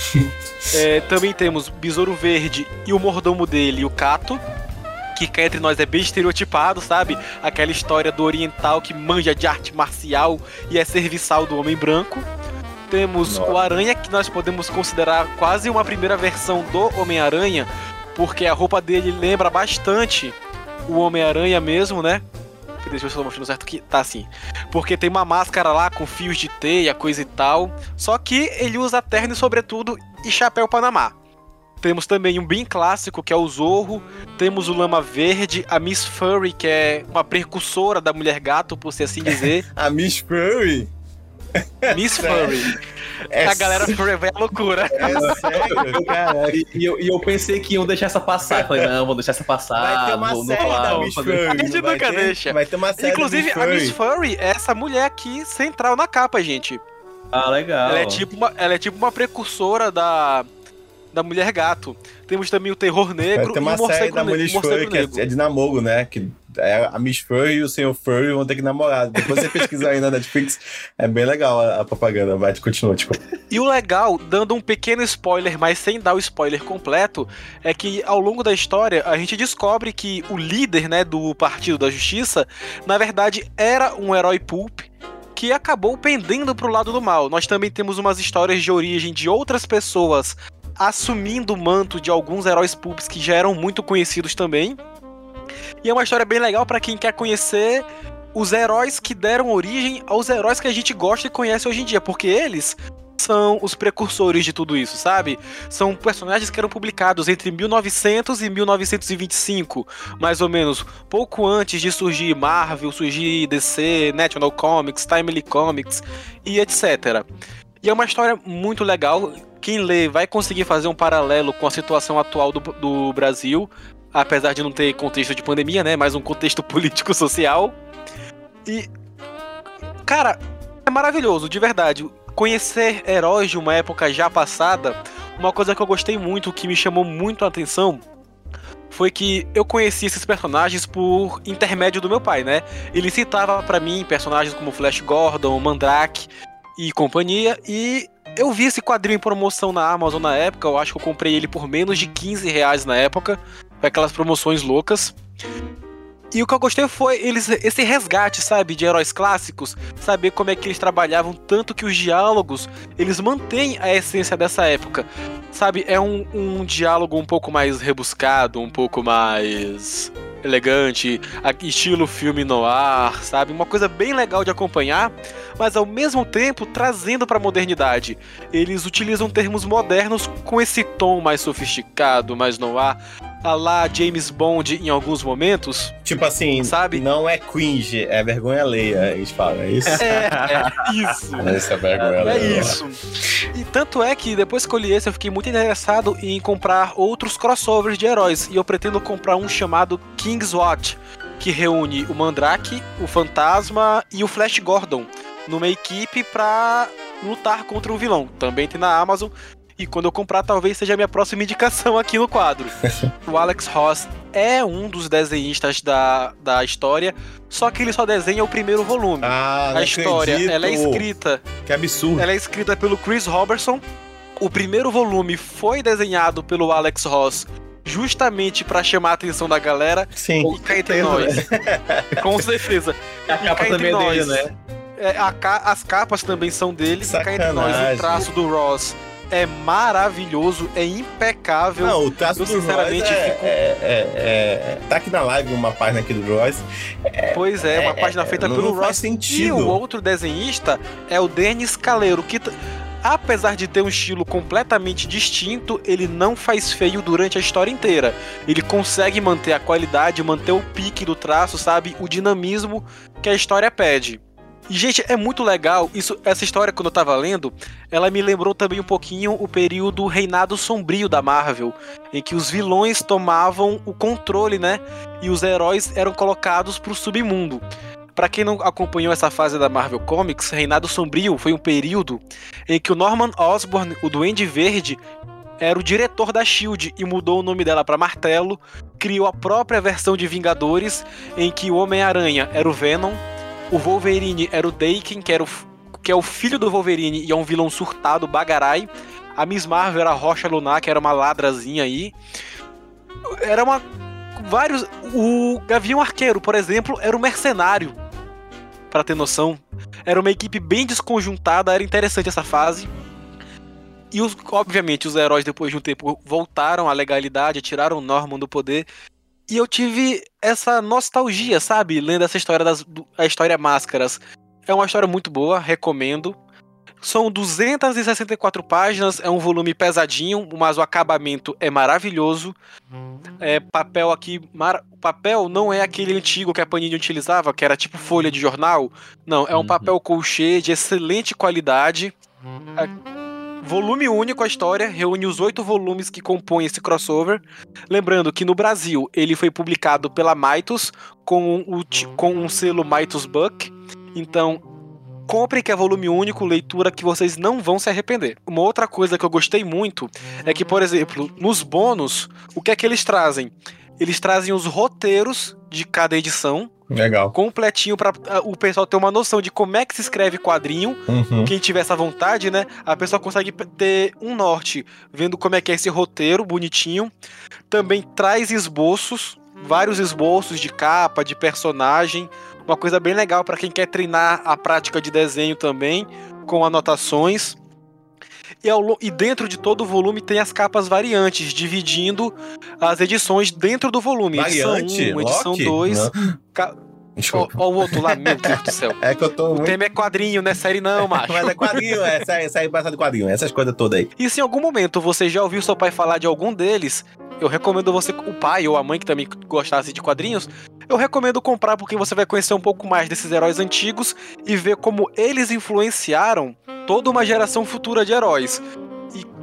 É, também temos Besouro Verde e o mordomo dele, o Kato, que cá entre nós é bem estereotipado, sabe? Aquela história do oriental que manja de arte marcial e é serviçal do homem branco. Temos Nossa. o Aranha, que nós podemos considerar quase uma primeira versão do Homem-Aranha, porque a roupa dele lembra bastante o Homem-Aranha mesmo, né? Deixa eu ver se eu tô mostrando certo aqui. Tá assim. Porque tem uma máscara lá com fios de teia, coisa e tal. Só que ele usa terno e sobretudo e chapéu Panamá. Temos também um bem clássico, que é o Zorro. Temos o Lama Verde, a Miss Furry, que é uma precursora da Mulher Gato, por se assim dizer. A Miss Furry? Miss Furry. É a galera Furry vai à loucura. É sério, cara. E, e, eu, e eu pensei que iam deixar essa passar. Eu falei, não, vou deixar essa passar. Vai ter uma vou, série vou da falar, Miss fazer... Furry. A gente vai nunca ter, deixa. Vai ter uma série Inclusive, da a Miss Miss Furry é essa mulher aqui central na capa, gente. Ah, legal. Ela é tipo uma, ela é tipo uma precursora da, da Mulher Gato. Temos também o Terror Negro vai ter uma e o série Morcego, da ne- Miss Morcego Furry que Negro. é, é de namoro, né? Que é a Miss Furry e o senhor Furry vão ter que namorar. Depois você pesquisar aí na Netflix, é bem legal a, a propaganda. Vai, continua, tipo. E o legal, dando um pequeno spoiler, mas sem dar o spoiler completo, é que ao longo da história a gente descobre que o líder, né, do Partido da Justiça, na verdade era um herói pulp que acabou pendendo pro lado do mal. Nós também temos umas histórias de origem de outras pessoas assumindo o manto de alguns heróis pulps que já eram muito conhecidos também. E é uma história bem legal pra quem quer conhecer os heróis que deram origem aos heróis que a gente gosta e conhece hoje em dia, porque eles são os precursores de tudo isso, sabe? São personagens que eram publicados entre mil e novecentos e mil novecentos e vinte e cinco, mais ou menos, pouco antes de surgir Marvel, surgir D C, National Comics, Timely Comics e etcétera. E é uma história muito legal, que quem lê vai conseguir fazer um paralelo com a situação atual do, do Brasil, apesar de não ter contexto de pandemia, né? Mas um contexto político-social. E, cara, é maravilhoso, de verdade. Conhecer heróis de uma época já passada, uma coisa que eu gostei muito, que me chamou muito a atenção, foi que eu conheci esses personagens por intermédio do meu pai, né? Ele citava pra mim personagens como Flash Gordon, Mandrake e companhia, e eu vi esse quadrinho em promoção na Amazon na época. Eu acho que eu comprei ele por menos de quinze reais na época, com aquelas promoções loucas. E o que eu gostei foi eles, esse resgate, sabe, de heróis clássicos, saber como é que eles trabalhavam, tanto que os diálogos, eles mantêm a essência dessa época, sabe, é um, um diálogo um pouco mais rebuscado, um pouco mais elegante, estilo filme noir, sabe, uma coisa bem legal de acompanhar, mas ao mesmo tempo trazendo pra modernidade. Eles utilizam termos modernos com esse tom mais sofisticado, mais noir, a lá James Bond em alguns momentos. Tipo assim, sabe? Não é cringe, é vergonha alheia, eles falam, é isso? É, é isso. Essa é vergonha É, alheia. é isso. E tanto é que depois que eu li esse, eu fiquei muito interessado em comprar outros crossovers de heróis. E eu pretendo comprar um chamado King's Watch, que reúne o Mandrake, o Fantasma e o Flash Gordon numa equipe pra lutar contra o vilão. Também tem na Amazon. E quando eu comprar, talvez seja a minha próxima indicação aqui no quadro. O Alex Ross é um dos desenhistas da, da história, só que ele só desenha o primeiro volume. Ah, a história, acredito. ela é escrita... Que absurdo. Ela é escrita pelo Chris Robertson. O primeiro volume foi desenhado pelo Alex Ross justamente pra chamar a atenção da galera. Sim. E cá entre nós. Com certeza. A E capa cá entre também é dele, nós. né? É, a ca- as capas também são dele. E cá entre nós, Sacanagem. o traço do Ross é maravilhoso, é impecável. Não, o traço Eu, do Royce sinceramente, é, fico- é, é, é- tá aqui na live uma página aqui do Royce. Pois é, uma é, página feita não- pelo não faz Ross. sentido. E o outro desenhista é o Denis Caleiro, que, t- apesar de ter um estilo completamente distinto, ele não faz feio durante a história inteira. Ele consegue manter a qualidade, manter o pique do traço, sabe? O dinamismo que a história pede. E, gente, é muito legal. Isso, essa história, quando eu tava lendo, ela me lembrou também um pouquinho o período Reinado Sombrio da Marvel, em que os vilões tomavam o controle, né? E os heróis eram colocados pro submundo. Pra quem não acompanhou essa fase da Marvel Comics, Reinado Sombrio foi um período em que o Norman Osborn, o Duende Verde, era o diretor da Shield e mudou o nome dela pra Martelo, criou a própria versão de Vingadores, em que o Homem-Aranha era o Venom, o Wolverine era o Daken, que, era o, que é o filho do Wolverine e é um vilão surtado, bagarai. A Miss Marvel era a Rocha Lunar, que era uma ladrazinha aí. Era uma... vários... O Gavião Arqueiro, por exemplo, era um mercenário, pra ter noção. Era uma equipe bem desconjuntada, era interessante essa fase. E, os, obviamente, os heróis, depois de um tempo, voltaram à legalidade, tiraram o Norman do poder. E eu tive essa nostalgia, sabe? Lendo essa história das a história Máscaras. É uma história muito boa, recomendo. São duzentas e sessenta e quatro páginas, é um volume pesadinho, mas o acabamento é maravilhoso. É papel aqui... Mar... O papel não é aquele antigo que a Panini utilizava, que era tipo folha de jornal. Não, é um Uhum. papel colchê de excelente qualidade. Volume único a história, reúne os oito volumes que compõem esse crossover. Lembrando que no Brasil ele foi publicado pela Mitos com, o, ti- com um selo Mitos Buck. Então, compre que é volume único, leitura que vocês não vão se arrepender. Uma outra coisa que eu gostei muito é que, por exemplo, nos bônus, o que é que eles trazem? Eles trazem os roteiros de cada edição, Legal. completinho, para o pessoal ter uma noção de como é que se escreve quadrinho. Uhum. Quem tiver essa vontade, né? A pessoa consegue ter um norte vendo como é que é esse roteiro bonitinho. Também traz esboços, vários esboços de capa, de personagem. Uma coisa bem legal para quem quer treinar a prática de desenho também, com anotações. E, ao, lo- e dentro de todo o volume tem as capas variantes, dividindo as edições dentro do volume. Variante? Edição um, edição Loki? dois. Não. Ca... Ó, Desculpa. ó o outro lá, meu Deus do céu. É que eu tô O muito... tema é quadrinho, não é série não, macho. Mas é quadrinho, é sai, sai passar de quadrinho, essas coisas todas aí. E se em algum momento você já ouviu seu pai falar de algum deles, eu recomendo você, o pai ou a mãe que também gostasse de quadrinhos, eu recomendo comprar porque você vai conhecer um pouco mais desses heróis antigos e ver como eles influenciaram toda uma geração futura de heróis. E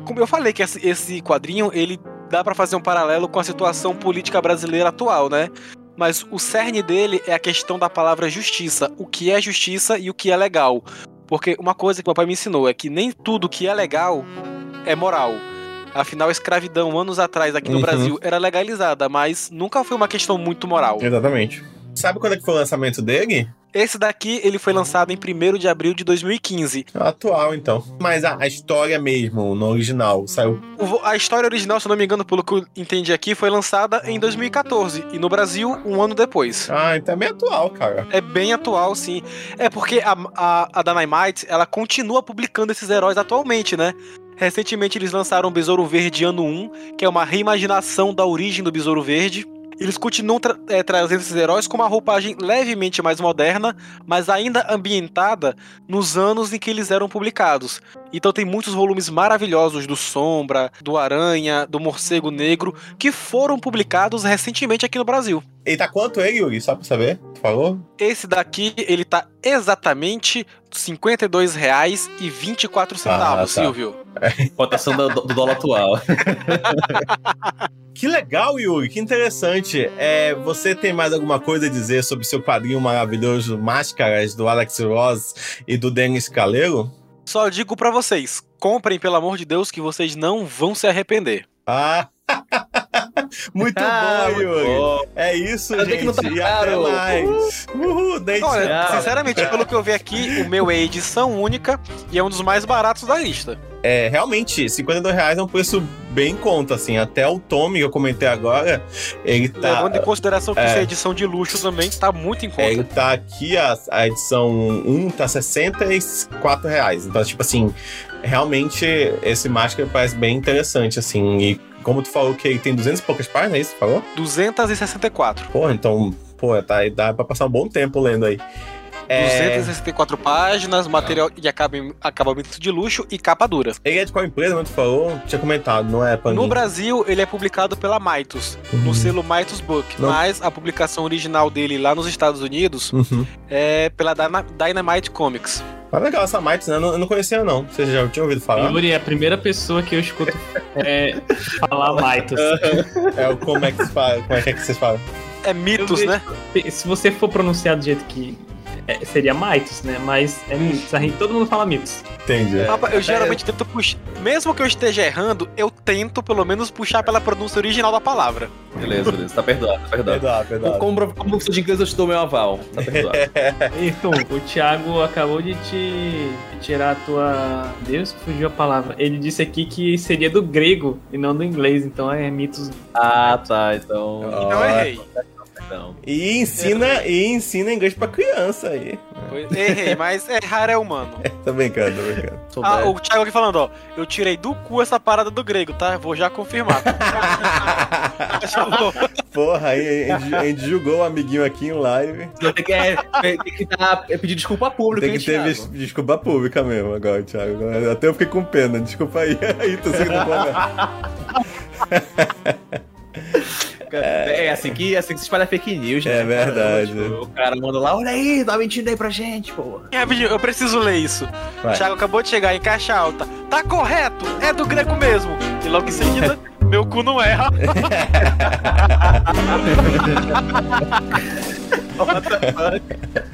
como eu falei que esse, esse quadrinho, ele dá pra fazer um paralelo com a situação política brasileira atual, né? Mas o cerne dele é a questão da palavra justiça. O que é justiça e o que é legal. Porque uma coisa que meu pai me ensinou é que nem tudo que é legal é moral. Afinal, a escravidão, anos atrás, aqui no Uhum. Brasil, era legalizada, mas nunca foi uma questão muito moral. Exatamente. Sabe quando é que foi o lançamento dele? Esse daqui, ele foi lançado em primeiro de abril de dois mil e quinze. Atual, então. Mas a, a história mesmo, no original, saiu... O- A história original, se eu não me engano, pelo que eu entendi aqui, foi lançada em dois mil e quatorze. E no Brasil, um ano depois. Ah, então é bem atual, cara. É bem atual, sim. É porque a, a, a Dynamite, ela continua publicando esses heróis atualmente, né? Recentemente eles lançaram o Besouro Verde Ano um, que é uma reimaginação da origem do Besouro Verde. Eles continuam tra é, trazendo esses heróis com uma roupagem levemente mais moderna, mas ainda ambientada nos anos em que eles eram publicados. Então tem muitos volumes maravilhosos do Sombra, do Aranha, do Morcego Negro, que foram publicados recentemente aqui no Brasil. E tá quanto ele, Yuri? Só pra saber? Tu falou? Esse daqui, ele tá exatamente cinquenta e dois reais e vinte e quatro centavos, Ah, tá. Silvio. Cotação do, do dólar atual. Que legal, Yuri, que interessante. É, você tem mais alguma coisa a dizer sobre seu quadrinho maravilhoso Máscaras, do Alex Ross e do Denis Calero? Só digo pra vocês, comprem, pelo amor de Deus, que vocês não vão se arrepender. Ah, muito Ah, bom, muito Yuri. bom. É isso, Eu sei gente. que não tá E até caro. mais. Uhul, dente. Olha, Ah. sinceramente, pelo que eu vi aqui, o meu é edição única e é um dos mais baratos da lista. É, realmente, cinquenta e dois reais é um preço bem em conta, assim. Até o Tommy que eu comentei agora, ele tá... Levando em consideração que é. isso é edição de luxo também, tá muito em Ele conta. tá aqui, a, a edição um tá sessenta e quatro reais. Então, tipo assim, realmente esse máscara parece bem interessante, assim. E como tu falou que ele tem duzentas e poucas páginas, é isso que tu falou? duzentas e sessenta e quatro. Pô, então, pô, tá, dá pra passar um bom tempo lendo aí. É, duzentas e sessenta e quatro páginas, material de acab- acabamento de luxo e capa dura. ele é de qual empresa, como tu falou? Tinha comentado, não é Panini? No Brasil, ele é publicado pela Mitos, no selo Mitos Book. Não. Mas a publicação original dele lá nos Estados Unidos Uhum. é pela Dyna- Dynamite Comics. Mas legal essa Mites, né? Eu não, eu não conhecia, não. Você já tinha ouvido falar? Yuri é a primeira pessoa que eu escuto é, falar Mitos. É o como é que se fala? Como é que, é que vocês falam? É Mitos, Eu né? Se você for pronunciar do jeito que é, seria Mitos, né? Mas é Mitos. A gente, todo mundo fala Mitos. Entendi. Rapaz, eu geralmente tento puxar. Mesmo que eu esteja errando, eu tento pelo menos puxar pela pronúncia original da palavra. Beleza, beleza. Tá perdoado, tá perdoado. Perdoar, perdoar. Como, como, como professor de inglês, eu te dou meu aval. Tá perdoado. Então, o Thiago acabou de te de tirar a tua. Deus, fugiu a palavra. Ele disse aqui que seria do grego e não do inglês, então é Mitos. Ah, tá. Então. Então eu errei. Então. E ensina, e ensina inglês pra criança aí. Foi- Errei, mas errar é humano. Tô brincando, tô brincando. Ah, o Thiago aqui falando, ó. Eu tirei do cu essa parada do grego, tá? Vou já confirmar. Porra, aí a gente, a gente julgou o amiguinho aqui em live. Tem que, é, tem que dar, é pedir desculpa pública, Tem que hein, ter Thiago? des- desculpa pública mesmo agora, Thiago. Até eu fiquei com pena. Desculpa aí. Aí, tô seguindo É, é assim que, é assim que se espalha fake news, né? É verdade. Tipo, o cara manda lá, olha aí, tá mentindo aí pra gente, pô. É, rapidinho, eu preciso ler isso. Vai. O Thiago acabou de chegar em caixa alta. Tá correto, é do grego mesmo. E logo em seguida, meu cu não erra. What the fuck?